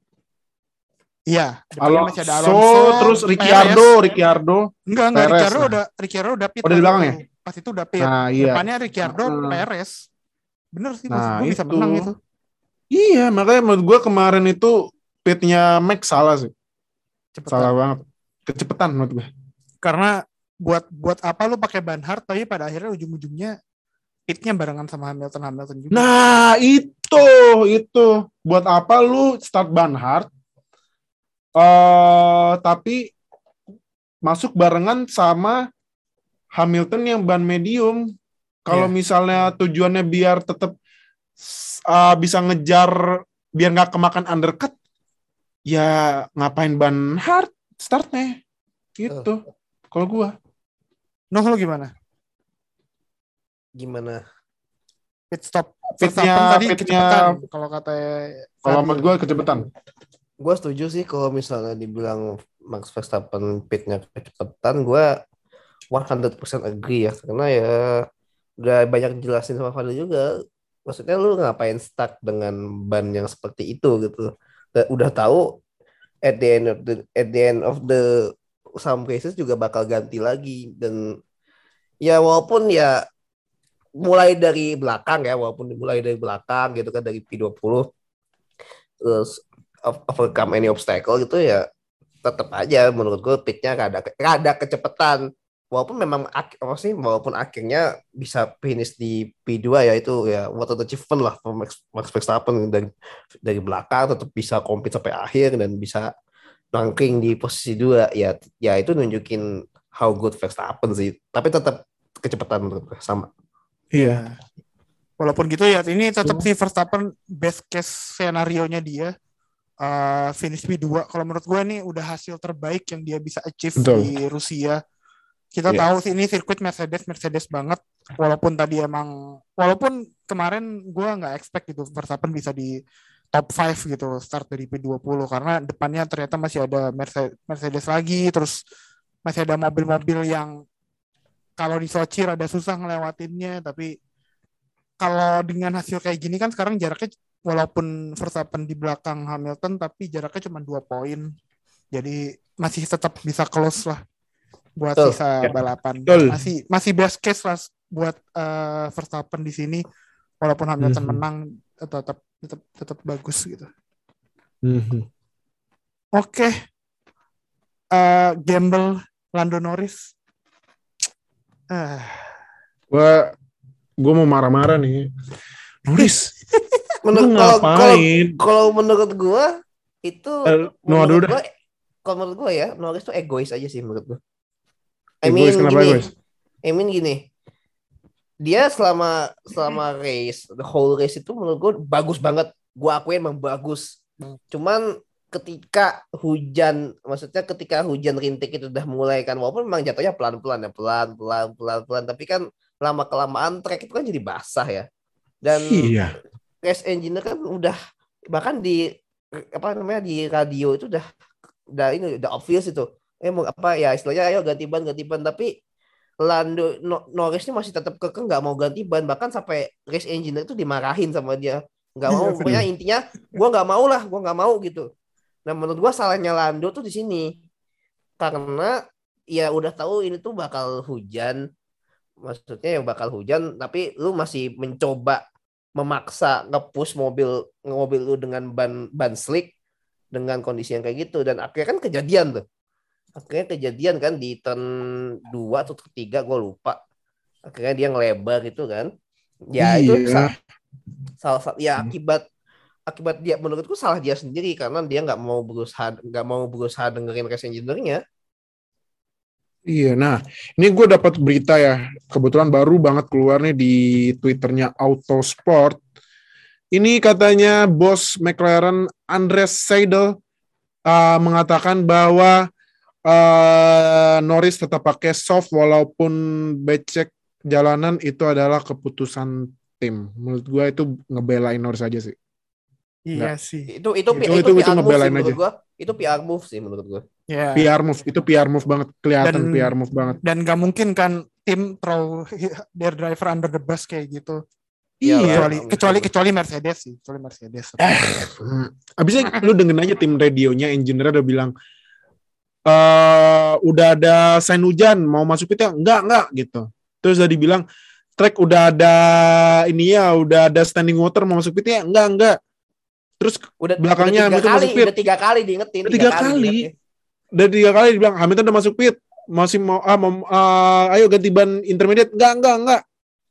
Iya, depannya masih ada Alonso. Terus Ricciardo. Enggak, Perez, Ricciardo udah pit. Oh, di belakang ya? Pas itu udah pit. Nah, iya. Depannya Ricciardo, Perez. Bener sih, maksud Nah, gue bisa itu. menang itu. Iya, makanya menurut gue kemarin itu pitnya Max salah sih. Cepetan. Salah banget. Kecepatan menurut gue. Karena buat apa lu pakai ban hard tapi pada akhirnya ujung-ujungnya pitnya barengan sama Hamilton juga. Nah, itu buat apa lu start ban hard tapi masuk barengan sama Hamilton yang ban medium. Kalau misalnya tujuannya biar tetap bisa ngejar biar nggak kemakan undercut, ya ngapain ban hard startnya gitu. Kalau gua. Noh, lu gimana? Pit stop. Pitnya Kecepatan kalau kata kalau menurut gua kecepatan. Gue setuju sih kalau misalnya dibilang Max Verstappen pitnya kecepatan, gue 100% agree ya. Karena ya udah banyak jelasin sama Fadil juga. Maksudnya lu ngapain stuck dengan ban yang seperti itu gitu. Udah tahu at the end of the some cases juga bakal ganti lagi. Dan ya walaupun ya mulai dari belakang ya, walaupun dimulai dari belakang gitu kan, dari P20 terus overcome any obstacle gitu ya, tetap aja menurut gue pitnya rada kecepatan, walaupun memang apa sih, walaupun akhirnya bisa finish di P2 ya, itu ya what an achievement lah for Max Verstappen, dari belakang tetap bisa compete sampai akhir dan bisa ranking di posisi 2 ya. Ya itu nunjukin how good Verstappen sih, tapi tetap kecepatan menurut gue sama. Iya. Walaupun gitu ya, ini tetap sih Verstappen best case scenario-nya dia finish P2. Kalau menurut gue ini udah hasil terbaik yang dia bisa achieve di Rusia. Kita tahu sih ini sirkuit Mercedes banget. Walaupun kemarin gue nggak expect gitu Verstappen bisa di top 5 gitu start dari P20, karena depannya ternyata masih ada Mercedes lagi, terus masih ada mobil-mobil yang kalau di Sochi rada susah ngelewatinnya. Tapi kalau dengan hasil kayak gini kan sekarang jaraknya, walaupun Verstappen di belakang Hamilton, tapi jaraknya cuma 2 poin. Jadi masih tetap bisa close lah buat sisa balapan. Masih best case lah buat Verstappen di sini. Walaupun Hamilton menang, tetap bagus gitu. Oke. Gamble Lando Norris. Gue mau marah-marah nih. Norris. Kalau menurut gue itu kalau menurut gue ya, Norris tuh egois aja sih menurut gue. I mean gini. Dia selama race, the whole race itu menurut gue bagus banget. Gue akuin emang bagus. Cuman ketika hujan rintik itu udah mulai kan, walaupun memang jatuhnya pelan-pelan, tapi kan lama-kelamaan track itu kan jadi basah ya. Dan race engine kan udah, bahkan di radio itu udah obvious itu. Istilahnya ayo ganti ban, tapi Norris ini masih tetap kekeh nggak mau ganti ban, bahkan sampai race engineer itu dimarahin sama dia, nggak mau. Pokoknya intinya gue nggak mau gitu. Nah menurut gue salahnya Lando tuh di sini, karena ya udah tahu ini tuh bakal hujan, tapi lu masih mencoba memaksa nge-push mobil lu dengan ban slick dengan kondisi yang kayak gitu. Dan akhirnya kan kejadian kan di turn 2 atau 3 gue lupa, akhirnya dia ngelebar gitu kan ya. Itu salah satu ya, akibat dia, menurutku salah dia sendiri, karena dia nggak mau berusaha dengerin race engineer-nya. Iya, nah ini gue dapat berita ya, kebetulan baru banget keluar nih di Twitternya Autosport. Ini katanya bos McLaren Andres Seidel mengatakan bahwa Norris tetap pakai soft walaupun becek jalanan itu adalah keputusan tim. Menurut gue itu ngebelain Norris aja sih. Iya sih. Itu ngebelain aja. Itu PR move sih menurut gue. Yeah. PR move banget, kelihatan PR move banget. Dan gak mungkin kan tim throw their driver under the bus kayak gitu. Iya. Kecuali Mercedes sih, Abisnya lu dengerin aja tim radionya, engineer udah bilang udah ada sign hujan mau masuk pit ya, enggak gitu. Terus udah dibilang track udah ada udah ada standing water mau masuk pit ya, enggak. Terus belakangnya Hamilton masuk pit. Udah 3 kali diingetin. Udah 3 kali dibilang Hamilton udah masuk pit, masih mau ayo ganti ban intermediate, enggak.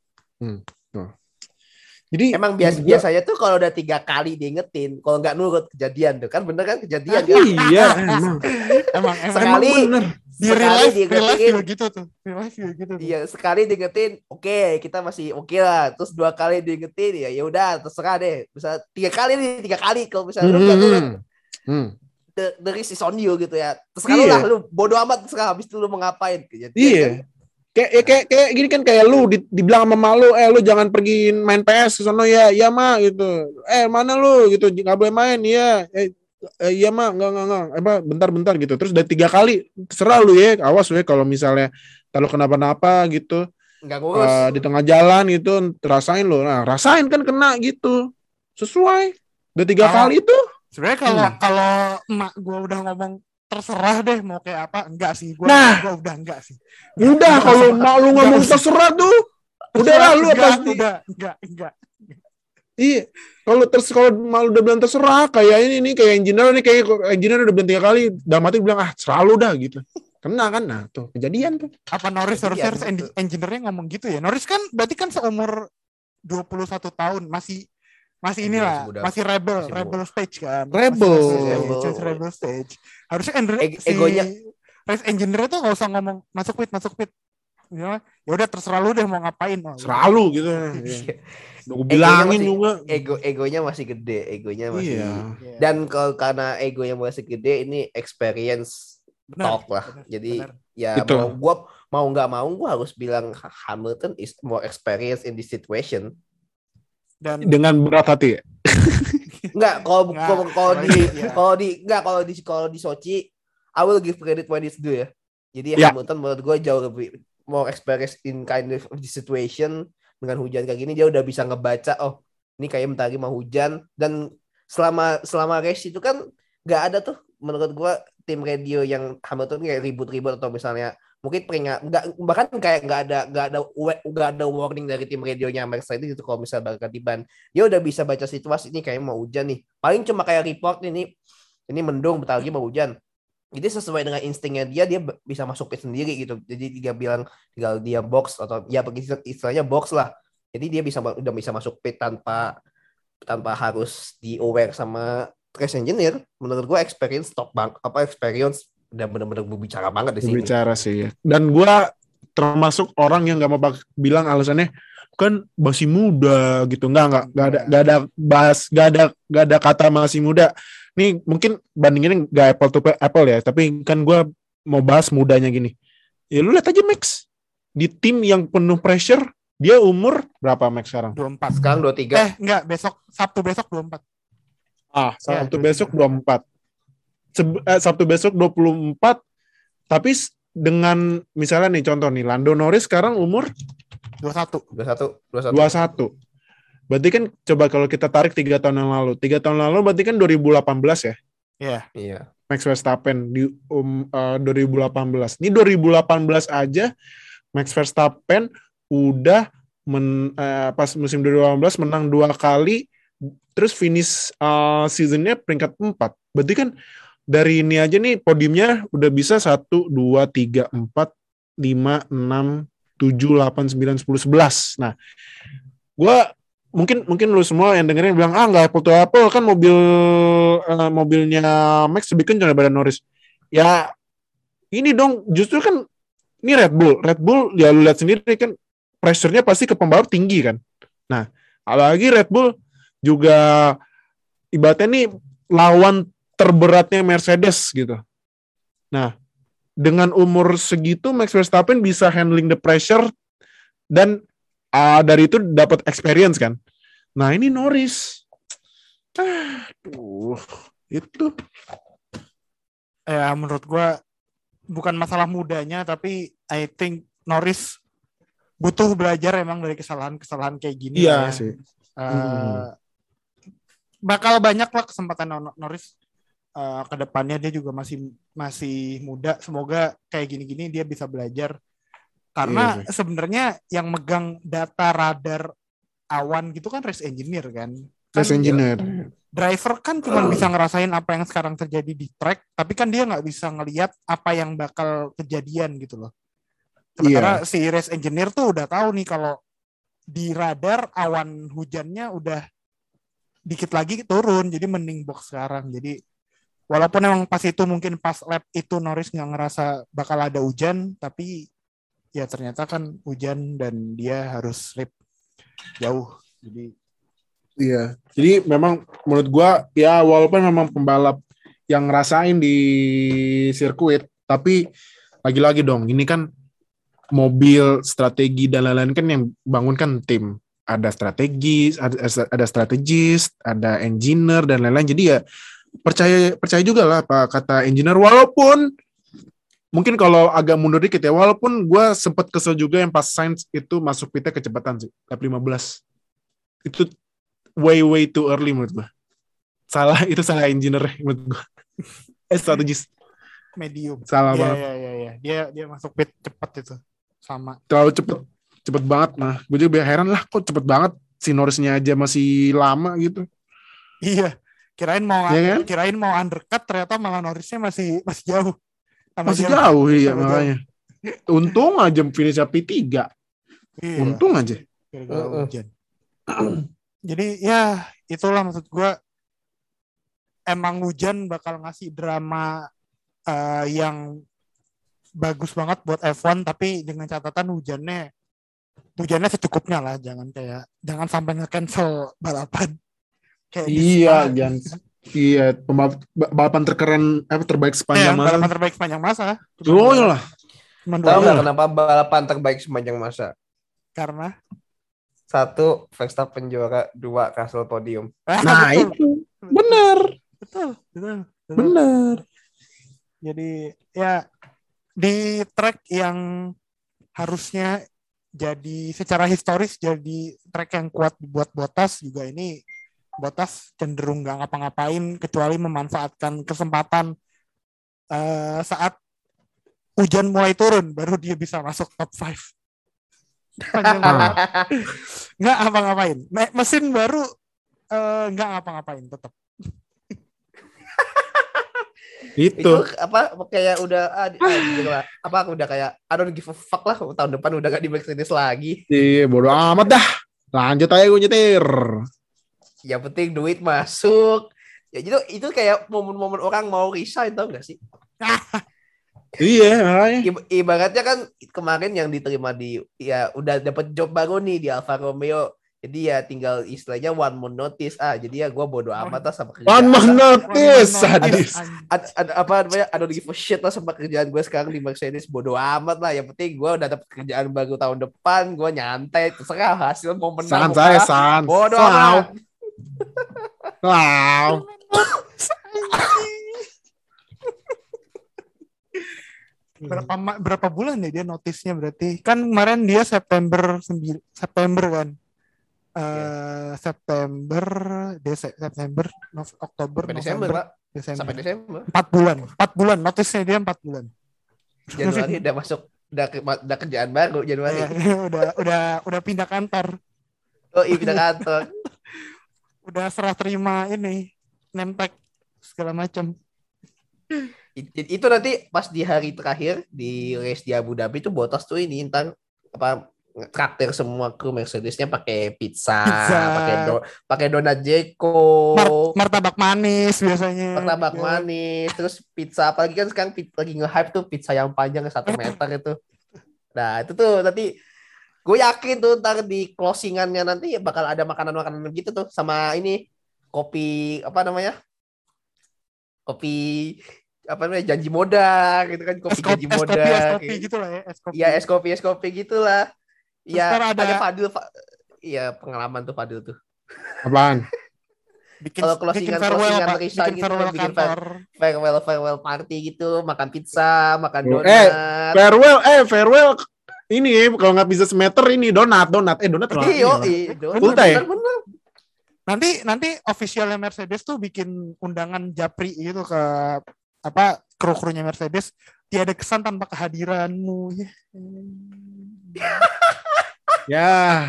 Jadi emang biasanya tuh kalau udah 3 kali diingetin, kalau nggak nurut kejadian tuh kan, bener kan kejadian kan? Iya, emang sekali di real life gitu tuh. Iya, sekali diingetin, oke, kita masih oke lah. Terus 2 kali diingetin, ya udah terserah deh. Bisa 3 kali kalau misalnya lu nggak nurut. The risk is on you gitu ya. Terserah lu bodo amat, terserah habis itu lu mau ngapain kejadian. Iya. Kan? Kayak gini kan, kayak lu dibilang sama malu, lu jangan pergi main PS ke sono ya mah gitu. Mana lu gitu, nggak boleh main ya. Iya mah enggak bentar gitu. Terus udah 3 kali, terserah lu ya, awas ya kalau misalnya kalau kenapa-napa gitu Nggak ngurus. di tengah jalan gitu, rasain lo. Nah, rasain kan kena gitu. Sesuai. Udah 3 Kalau- kali itu. Sebenarnya kalau emak gue udah ngomong terserah deh mau kayak apa, enggak sih, gue Nah. udah enggak sih. Udah kalau mak lu ngomong terserah tuh, udahlah lu pasti. Enggak. Iya. Kalau mak lu udah bilang terserah, kayak ini nih kayak engineer udah bilang 3 kali, udah mati bilang selalu dah gitu. Kena kan, nah tuh kejadian tuh. Apa Norris Kejadian, harus betul. engineer-nya ngomong gitu ya? Norris kan berarti kan seumur 21 tahun, masih inilah, Masih muda. masih rebel Masih stage kan. Rebel. Masih rebel stage. Harusnya Egonya. race engineer itu nggak usah ngomong masuk pit. Ya udah terserah lu deh mau ngapain. Selalu gitu. Iya. Udah gue bilangin masih- juga. Egonya masih gede, Iya. Dan karena egonya masih gede, ini experience talk lah. Jadi ya Gitu. mau nggak mau gue harus bilang Hamilton is more experienced in this situation. Dan Dengan berat hati. Enggak, Nggak, kalau di Sochi, I will give credit when it's due ya. Jadi Ya. Hamilton menurut gue jauh lebih more experienced in kind of the situation. Dengan hujan kayak gini dia udah bisa ngebaca, oh ini kayak bentar lagi mau hujan. Dan selama race itu kan nggak ada tuh menurut gue tim radio yang Hamilton kayak ribut-ribut atau misalnya mungkin bahkan kayak nggak ada warning dari tim radionya Mercedes itu kalau misalnya ganti ban, dia udah bisa baca situasi ini kayak mau hujan nih, paling cuma kayak report ini mendung bentar lagi mau hujan, jadi sesuai dengan instingnya dia bisa masuk pit sendiri gitu, jadi tinggal dia box atau ya istilahnya box lah, jadi dia udah bisa masuk pit tanpa harus di aware sama race engineer. Menurut gue experience udah benar-benar berbicara banget di sini. Berbicara sih. Dan gue termasuk orang yang nggak mau bilang alasannya kan masih muda gitu. Nggak ada kata masih muda. Nih mungkin bandinginnya nggak apple to apple ya. Tapi kan gue mau bahas mudanya gini. Ya lu lihat aja Max di tim yang penuh pressure, dia umur berapa Max sekarang? 24. Sekarang 23. Enggak, Sabtu besok 24. Sabtu besok 24. Sabtu besok 24, tapi dengan misalnya nih contoh nih Lando Norris sekarang umur 21. Berarti kan coba kalau kita tarik 3 tahun yang lalu. 3 tahun lalu berarti kan 2018 ya. Iya. Max Verstappen di 2018. Ini 2018 aja Max Verstappen udah pas musim 2018 menang 2 kali, terus finish seasonnya peringkat 4. Berarti kan dari ini aja nih podiumnya udah bisa 1, 2, 3, 4, 5, 6, 7, 8, 9, 10, 11. Nah, gue mungkin lu semua yang dengerin bilang nggak apple to apple kan mobilnya Max lebih kencang daripada Norris. Ya ini dong justru kan ini Red Bull ya lu lihat sendiri kan pressure-nya pasti ke pembalap tinggi kan. Nah, apalagi Red Bull juga ibaratnya nih lawan terberatnya Mercedes gitu. Nah, dengan umur segitu Max Verstappen bisa handling the pressure dan dari itu dapat experience kan. Nah, ini Norris. Itu. Ya, menurut gue bukan masalah mudanya, tapi I think Norris butuh belajar emang dari kesalahan kayak gini. Iya sih. Bakal banyak lah kesempatan Norris ke depannya, dia juga masih muda. Semoga kayak gini-gini dia bisa belajar. Karena sebenarnya yang megang data radar awan gitu kan race engineer kan. Race engineer. Driver kan cuma bisa ngerasain apa yang sekarang terjadi di track, tapi kan dia nggak bisa ngelihat apa yang bakal kejadian gitu loh. Sementara si race engineer tuh udah tahu nih kalau di radar awan hujannya udah dikit lagi turun, jadi mending box sekarang. Jadi walaupun emang pas itu mungkin pas lap itu Norris nggak ngerasa bakal ada hujan, tapi ya ternyata kan hujan dan dia harus slip jauh. Jadi memang menurut gua ya walaupun memang pembalap yang ngerasain di sirkuit, tapi lagi-lagi dong ini kan mobil, strategi dan lain-lain kan yang bangun kan tim. Ada strategis, ada engineer dan lain-lain. Jadi ya percaya juga lah apa kata engineer, walaupun mungkin kalau agak mundur dikit ya, walaupun gue sempet kesel juga yang pas Sainz itu masuk pitnya kecepatan sih, lap 15. Itu way too early menurut gue. Itu salah engineer menurut gue. Strategis. Medium. Salah banget. Iya. Dia masuk pit cepat itu. Sama. Terlalu cepet banget. Nah, gue juga heran lah kok cepet banget. Si Norrisnya aja masih lama gitu. Iya. Kirain mau undercut, ternyata malah Norrisnya masih jauh. Masih jauh iya makanya. Untung aja finish P3. Iya. Untung aja. Hujan. Jadi ya itulah maksud gue. Emang hujan bakal ngasih drama yang bagus banget buat F1, tapi dengan catatan hujannya secukupnya lah, jangan sampai nge-cancel balapan. Kayak balapan terbaik sepanjang masa. Balapan terbaik sepanjang masa. Oh lah. Tahu nggak kenapa balapan terbaik sepanjang masa? Karena 1 Verstappen juara, 2 Russell podium. Nah itu benar. Betul. Benar. Jadi ya di track yang harusnya jadi secara historis jadi track yang kuat buat Bottas juga, ini Bottas cenderung nggak ngapa-ngapain kecuali memanfaatkan kesempatan saat hujan mulai turun baru dia bisa masuk top 5. Nggak apa-ngapain. Mesin baru nggak ngapa-ngapain tetap. Itu apa kayak udah udah kayak I don't give a fuck lah, tahun depan udah gak di Mercedes lagi. Iya bodo amat dah, lanjut aja gue nyetir. Yang penting duit masuk. Ya itu kayak momen-momen orang mau resign, tau gak sih? Iya makanya. Ibaratnya kan kemarin yang diterima ya udah dapat job baru nih di Alfa Romeo. Jadi ya tinggal istilahnya one month notice. Jadi ya gue bodo amat lah sama kerjaan. One month notice, sadis. Ada apa namanya? I don't give a shit lah sama kerjaan gue sekarang di Mercedes, bodo amat lah. Yang penting gue udah dapet kerjaan baru tahun depan, gue nyantai, terserah hasil mau menang. Bodo amat. Wow. Berapa bulan ya dia notisnya berarti? Kan kemarin dia September kan. September, Oktober, Desember, November, Pak. Sampai Desember. 4 bulan, notisnya dia 4 bulan. Januari udah masuk, udah kerjaan baru Januari. udah pindah kantor. Oh iya, pindah kantor. Udah serah terima ini, name tag segala macam. Itu nanti pas di hari terakhir di race di Abu Dhabi tuh Bottas tuh ini ntar apa traktir semua kru Mercedesnya pakai pizza. pakai donat Jeko, martabak manis biasanya. Manis, terus pizza, apalagi kan sekarang lagi nge-hype tuh pizza yang panjang 1 meter itu. Nah itu tuh nanti gue yakin tuh ntar di closingannya nanti bakal ada makanan-makanan gitu tuh, sama ini kopi janji moda gitu kan, kopi janji moda gitu lah ya, es kopi gitulah. Ya, ada Fadil. Iya, pengalaman tuh Fadil tuh. Apaan? Kalau closingan Risa gitu, bikin farewell party gitu, makan pizza, makan donat. Farewell. Ini kalau nggak bisa semeter ini donat. Donat Bener. Nanti officialnya Mercedes tuh bikin undangan japri gitu ke kru-krunya Mercedes. Tiada kesan tanpa kehadiranmu. Ya.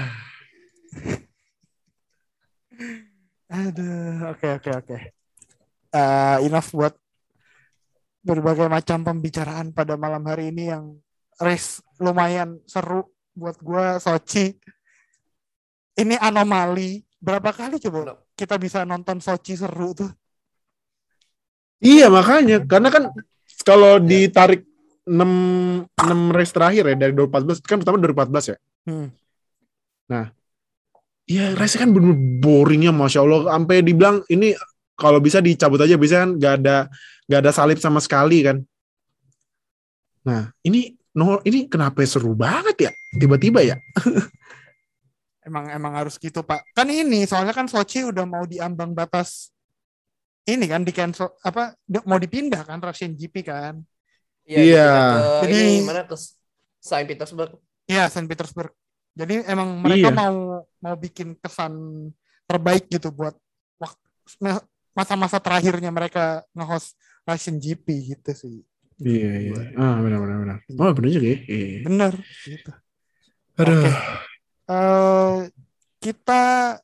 Aduh, oke. Enough buat berbagai macam pembicaraan pada malam hari ini yang race lumayan seru buat gue. Sochi ini anomali. Berapa kali coba kita bisa nonton Sochi seru tuh? Iya makanya, karena kan kalau ditarik 6 race terakhir ya dari 2014, kan pertama 2014 ya. Nah, ya race kan bener boringnya, masya Allah, sampai dibilang ini kalau bisa dicabut aja, bisa kan gak ada salib sama sekali kan. Nah, ini kenapa seru banget ya tiba-tiba ya. Emang harus gitu Pak. Kan ini soalnya kan Sochi udah mau diambang batas ini kan di cancel mau dipindah kan Russian GP kan. Iya. Iya. Jadi Ini mana ke Saint Petersburg. Iya, Saint Petersburg. Jadi emang mereka Iya. mau bikin kesan terbaik gitu buat masa-masa terakhirnya mereka nge-host Russian GP gitu sih. Iya. Benar. Oh, benar juga ya. Iya. Bener gitu. Aduh. Oke. Kita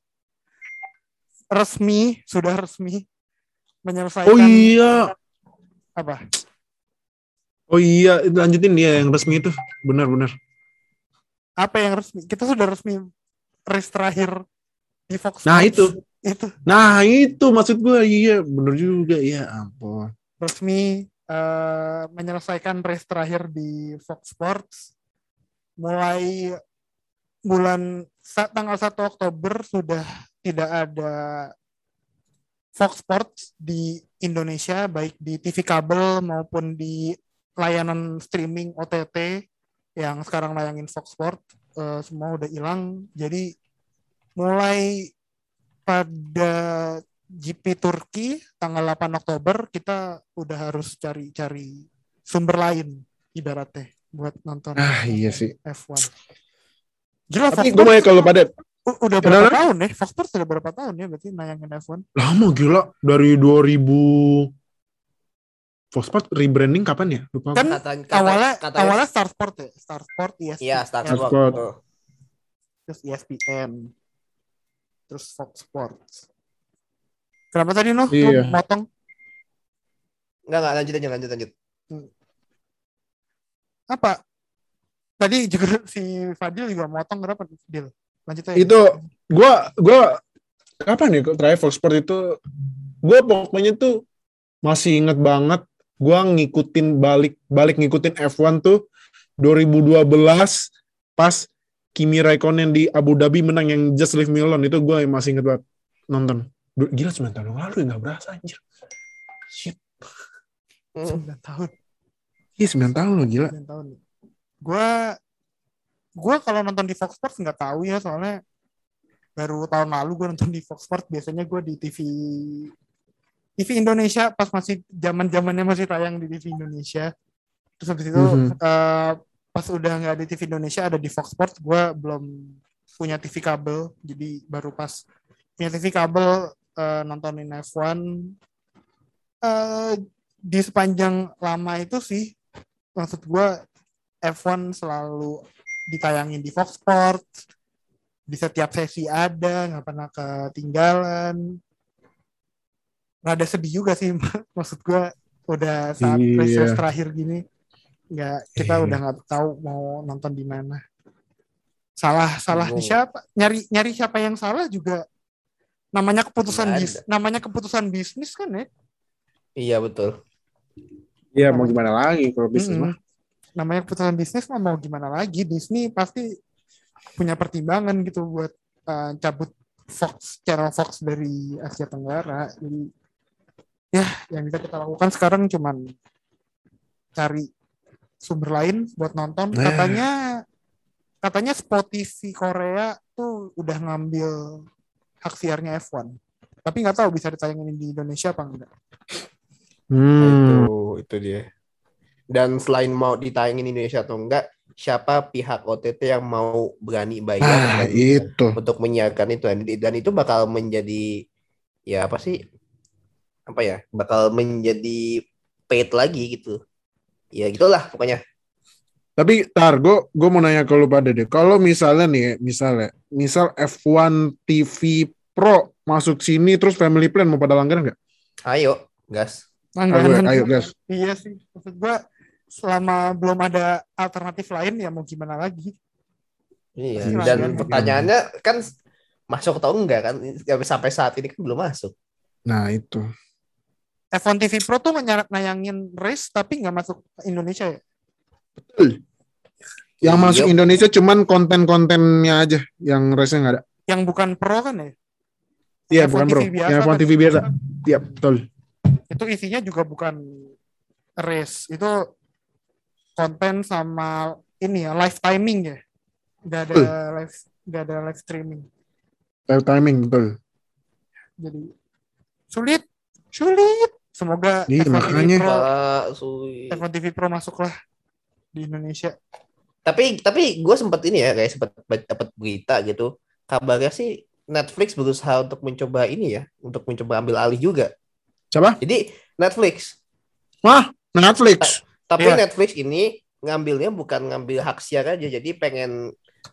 sudah resmi menyelesaikan Oh iya. apa? Oh iya, lanjutin dia yang resmi itu. Benar. Apa yang resmi? Kita sudah resmi race terakhir di Fox Nah, Sports. itu. Nah, itu maksud gue. Iya, benar juga. Ya ampun. Resmi menyelesaikan race terakhir di Fox Sports. Mulai tanggal 1 Oktober sudah tidak ada Fox Sports di Indonesia, baik di TV kabel maupun di layanan streaming OTT yang sekarang layangin Fox Sports, semua udah hilang. Jadi mulai pada GP Turki tanggal 8 Oktober kita udah harus cari sumber lain ibaratnya buat nonton Iya sih. F1. Gila, Tapi Fox gue mau Sports kalau pada udah berapa tahun ya? Fox Sports udah berapa tahun ya berarti nayangin F1? lama gila dari 2000. Fox Sports rebranding kapan ya? Lupa. Kan Katanya awalnya Star Sport ya, Star Sport, ESPN. Iya, Star Sport. Sport. Terus ESPN. Terus Fox Sports. Kenapa tadi Noh? Iya. Lu motong? Enggak, lanjut. Apa? Tadi juga si Fadil juga motong kenapa Dil? Lanjut aja. Itu gue kapan ya terakhir Fox Sports itu gue pokoknya tuh masih inget banget gue ngikutin balik ngikutin F1 tuh 2012 pas Kimi Raikkonen di Abu Dhabi menang yang Just Leave Me Alone, itu gue masih inget banget nonton. Gila 9 tahun lalu ya, gak berasa anjir. Shit. 9 tahun. Iya 9 tahun loh, gila. 9 tahun. Gue kalau nonton di Fox Sports nggak tahu ya, soalnya baru tahun lalu gue nonton di Fox Sports. Biasanya gue di TV Indonesia pas masih zamannya masih tayang di TV Indonesia. Terus habis itu pas udah nggak di TV Indonesia ada di Fox Sports, gue belum punya TV kabel, jadi baru pas punya TV kabel nontonin F1. Di sepanjang lama itu sih, maksud gue F1 selalu ditayangin di Fox Sports, di setiap sesi ada, nggak pernah ketinggalan. Rada sedih juga sih, maksud gue udah saat race terakhir gini, kita udah nggak tahu mau nonton di mana. Salah di siapa? Nyari siapa yang salah juga. Namanya keputusan bisnis kan ya. Iya betul. Iya mau gimana lagi kalau bisnis mah. Namanya keputusan bisnis mah mau gimana lagi. Disney pasti punya pertimbangan gitu buat cabut channel Fox dari Asia Tenggara. Jadi ya yang bisa kita lakukan sekarang cuman cari sumber lain buat nonton. Katanya Spotify Korea tuh udah ngambil hak siarnya F1. Tapi nggak tahu bisa ditayangin di Indonesia apa enggak. Itu dia. Dan selain mau ditayangin Indonesia atau enggak, siapa pihak OTT yang mau berani bayar untuk menyiarkan itu, dan itu bakal menjadi bakal menjadi paid lagi gitu ya, gitulah pokoknya. Tapi gue mau nanya ke lu pada deh, kalau misalnya nih misal F1 TV Pro masuk sini terus Family Plan mau pada langganan nggak? Ayo gas. Ayo gas. Iya sih, maksud gue selama belum ada alternatif lain ya mau gimana lagi. Iya. Dan pertanyaannya kan masuk atau enggak kan, sampai saat ini kan belum masuk. Nah itu F1 TV Pro tuh nayangin race tapi nggak masuk Indonesia ya? Betul. Yang masuk Indonesia cuman konten-kontennya aja, yang race-nya nggak ada. Yang bukan Pro kan ya? Iya bukan Pro, yang F1 TV biasa. Iya betul. Itu isinya juga bukan race, itu konten sama ini ya, live timing ya. Nggak ada live streaming. Live timing betul. Jadi sulit Sulit. Semoga Iya, F1 TV makanya. Pro, Sulit. F1 TV Pro masuklah di Indonesia. Tapi gue sempat ini ya, kayak sempat dapat berita gitu. Kabarnya sih Netflix berusaha untuk mencoba ini ya, untuk mencoba ambil alih juga. Siapa? Jadi Netflix. Wah, Netflix. Tapi Iya. Netflix ini ngambilnya bukan ngambil hak siar aja, jadi pengen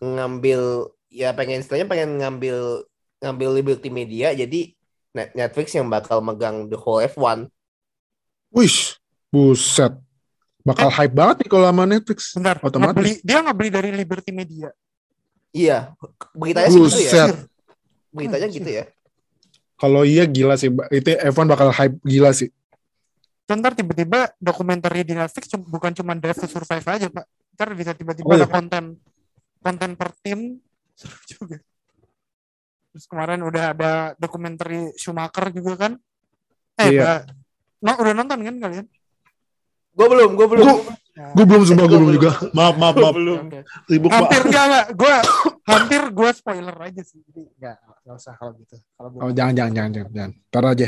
pengen ngambil Liberty Media, jadi Netflix yang bakal megang the whole F1. Wih, buset. Bakal hype banget nih kalau sama Netflix. Bentar, Otomatis. dia ngebeli dari Liberty Media. Iya, beritanya sih gitu ya. Buset. Beritanya gitu ya. Kalau iya gila sih. Itu F1 bakal hype gila sih. Ntar tiba-tiba dokumenter di Netflix bukan cuma Drive to Survive aja, Pak. Ntar bisa tiba-tiba Oh, iya. ada konten per tim. Seru juga. Terus kemarin udah ada dokumenter Schumacher juga kan. Iya. Udah nonton kan kalian? Gue belum. Gue belum, sumpah gue belum juga. Maaf. Belum. Okay. Sibuk Hampir banget. enggak. Gue spoiler aja sih. Jadi enggak usah kalau gitu. Oh, jangan. Ntar aja.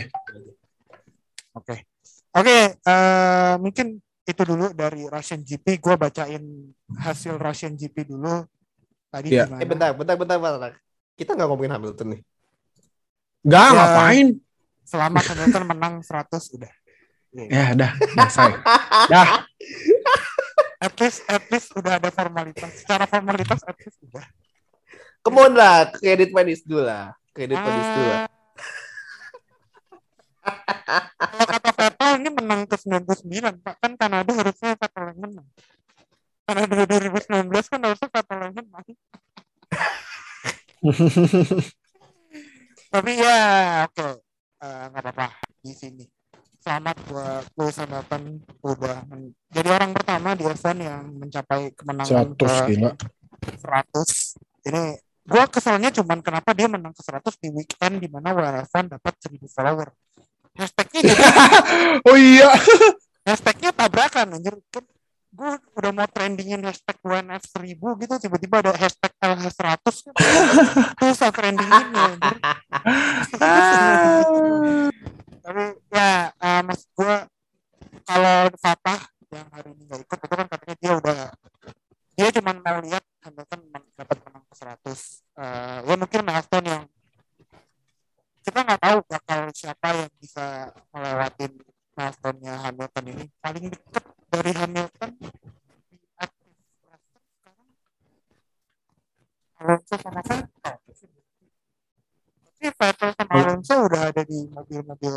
Oke, mungkin itu dulu dari Russian GP. Gue bacain hasil Russian GP dulu. Tadi Iya. gimana? Bentar. Kita nggak ngomongin Hamilton nih. Nggak, Ya. ngapain? Selamat Hamilton menang 100 udah. Ya, dah say. Dah. At least udah ada formalitas. Secara formalitas at least udah. Come on lah, kredit manis dulu lah. Kalau kata Vettel ini menang ke 99, Pak. Kan Kanada harusnya Vettel yang menang. Kanada 2019 kan harusnya Vettel yang menang. Tapi ya oke. Nggak apa-apa di sini. Selamat buat Lewis Hamilton udah jadi orang pertama di F1 yang mencapai kemenangan 100 gila. 100. Ini gue keselnya cuman kenapa dia menang ke 100 di weekend di mana WF1 dapat 1000 follower. Hashtagnya juga. Oh iya. Hashtagnya tabrakan anjir. Gue udah mau trendingin hashtag WNF 1000 gitu, tiba-tiba ada hashtag LH100 kan. Terus trendingin ya anjir. Tapi ya maksud gue kalau Fatah yang hari ini gak ikut itu kan katanya dia cuma mau lihat Hamilton dapat menang ke 100. Ya mungkin milestone yang kita nggak tahu bakal siapa yang bisa melewatin milestone-nya Hamilton ini. Paling dekat dari Hamilton di aktif sekarang Alonso sama Vettel. Tapi Vettel sama Alonso udah ada di mobil-mobil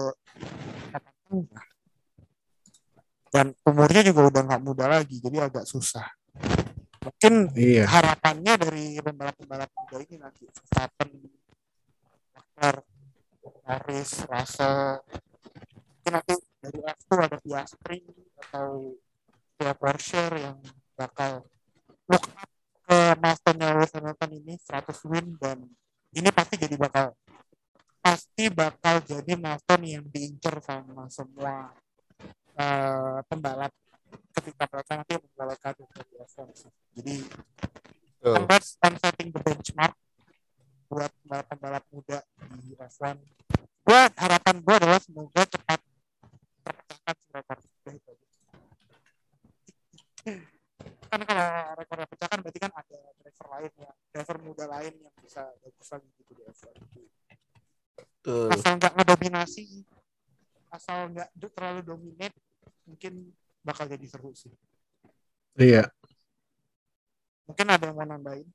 dan umurnya juga udah nggak muda lagi, jadi agak susah. Mungkin harapannya dari pembalap-pembalap muda ini nanti Verstappen, Leclerc, Norris, Russell, mungkin nanti dari F2 ada Piastri atau Pia Porsche yang bakal look up ke milestone-nya Lewis Hamilton ini 100 win, dan ini pasti bakal jadi milestone yang diincar sama semua pembalap ketika mereka nanti membalapkan di F1. Jadi congrats on setting the benchmark buat pembalap muda di F1. Harapan gue adalah semoga cepat terpecahkan rekor itu. Kan kalau rekornya pecahkan berarti kan ada driver muda lain yang bisa bagus lagi gitu di F1. Asal nggak ngedominasi, asal nggak terlalu dominate, mungkin bakal jadi seru sih. Iya. Mungkin ada yang mau nambahin?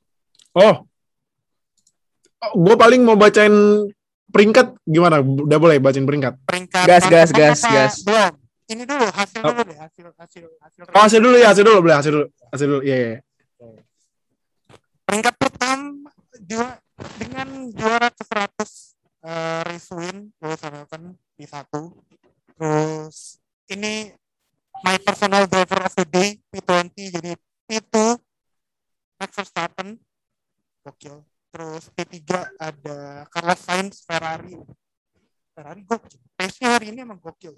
Gue paling mau bacain peringkat gimana? Udah boleh bacain peringkat? Gas. Belum. Ini dulu hasil dulu deh, hasil dulu. Hasil dulu. Iya. Peringkat pertama dengan juara ke-100 race win Lewis Hamilton P1. Terus ini my personal driver of the day P20, jadi P2 Max Verstappen, gokil. Terus P3 ada Carlos Sainz Ferrari gokil. Pace-nya hari ini emang gokil.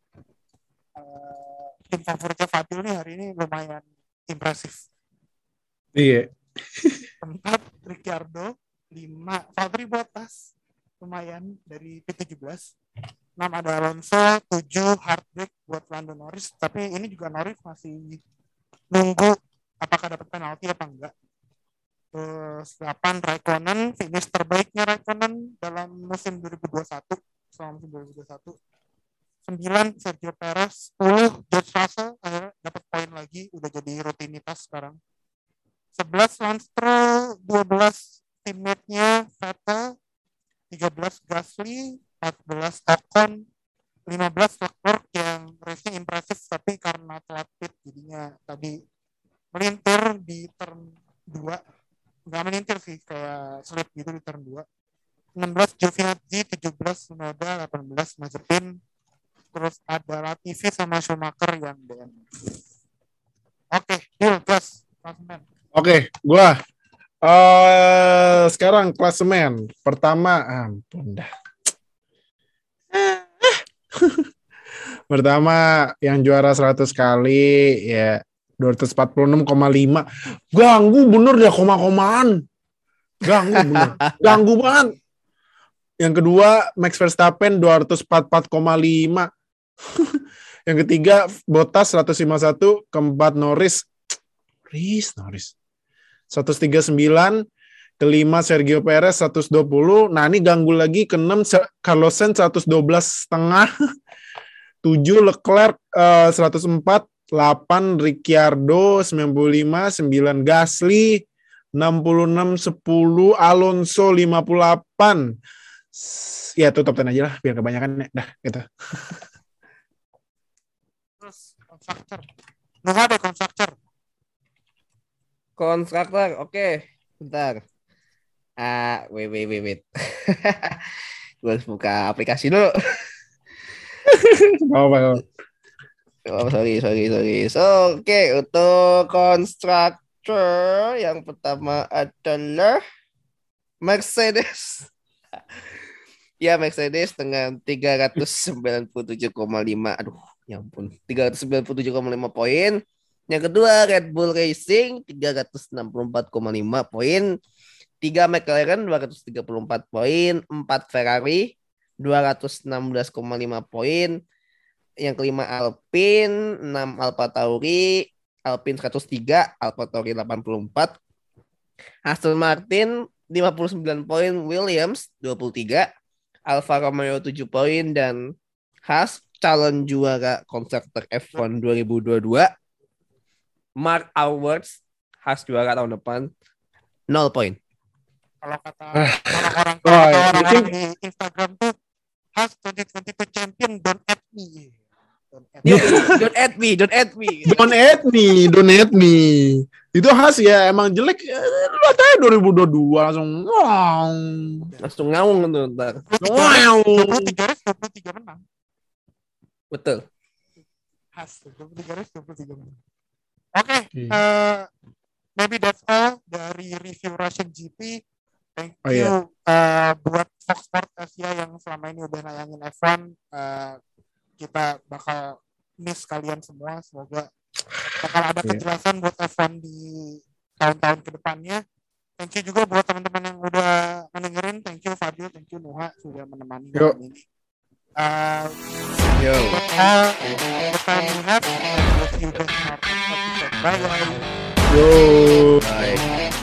Tim favoritnya Fadil nih hari ini lumayan impresif. Iya. 4 Ricciardo, 5 Valtteri Bottas lumayan dari P17. 6 ada Alonso, 7 hard break buat Lando Norris, tapi ini juga Norris masih nunggu apakah dapat penalti apa enggak. Terus 8 Raikkonen, finish terbaiknya Raikkonen dalam musim 2021, selama musim 2021. 9 Sergio Perez, 10 George Russell akhirnya dapat poin lagi, udah jadi rutinitas sekarang. 11 Lance Stroll, 12 teammate-nya Vettel, 13 Gasly, 14 Ocon, 15 Leclerc yang racing impresif tapi karena telat pit jadinya tadi melintir di turn 2. Nggak melintir sih, kayak slip gitu di turn 2. 16 Giovinazzi, 17 Tsunoda, 18 Mazepin, terus ada Latifi sama Schumacher yang DM. Oke, deal, gas, klasemen. Oke, gua sekarang klasemen pertama, ampun dah. Pertama yang juara 100 kali ya 246,5. Ganggu bener ya koma-komaan. Ganggu bener. Ganggu banget. Yang kedua Max Verstappen 244,5. Yang ketiga Bottas 151, keempat Norris 139, kelima Sergio Perez 120. Nah, ini ganggu lagi, keenam Carlos Sainz 112,5. 7 Leclerc 104, 8 Ricciardo 95, 9 Gasly 66, 10 Alonso 58. Ya tutup aja lah biar kebanyakan ya. Dah gitu. Terus konstruktor. Nuha ada konstruktor. Konstruktor, oke. Bentar. Wait. Gue harus buka aplikasi dulu. Apa? Oh, sorry. So, oke, untuk konstruktor yang pertama adalah Mercedes. Ya, Mercedes dengan 397,5. Aduh, ya ampun. 397,5 poin. Yang kedua Red Bull Racing 364,5 poin. 3 McLaren 234 poin. 4 Ferrari 216,5 poin. Yang kelima Alpine, 6 Alfa Tauri, Alpine 103, Alfa Tauri 84. Aston Martin 59 poin, Williams 23, Alfa Romeo 7 poin, dan Haas calon juara konstruktor F1 2022. Mark our words, Haas juara tahun depan 0 poin. Kalau kata orang-orang di Instagram tuh Haas 2022 champion, don't at me. Don't at me. Itu Haas ya emang jelek. Lihat aja 2022 langsung ngaung tuh ntar. 23 race 23 menang. Betul. Haas 23 race 23 menang. Oke, maybe that's all dari review Russian GP. Thank you buat Fox Sports Asia yang selama ini udah nayangin F1. Kita bakal miss kalian semua. Semoga bakal ada kejelasan buat F1 di tahun-tahun ke depannya. Thank you juga buat teman-teman yang udah mendengerin. Thank you Fadil, thank you Nuha sudah menemani malam ini. Bye. Yo. Bye.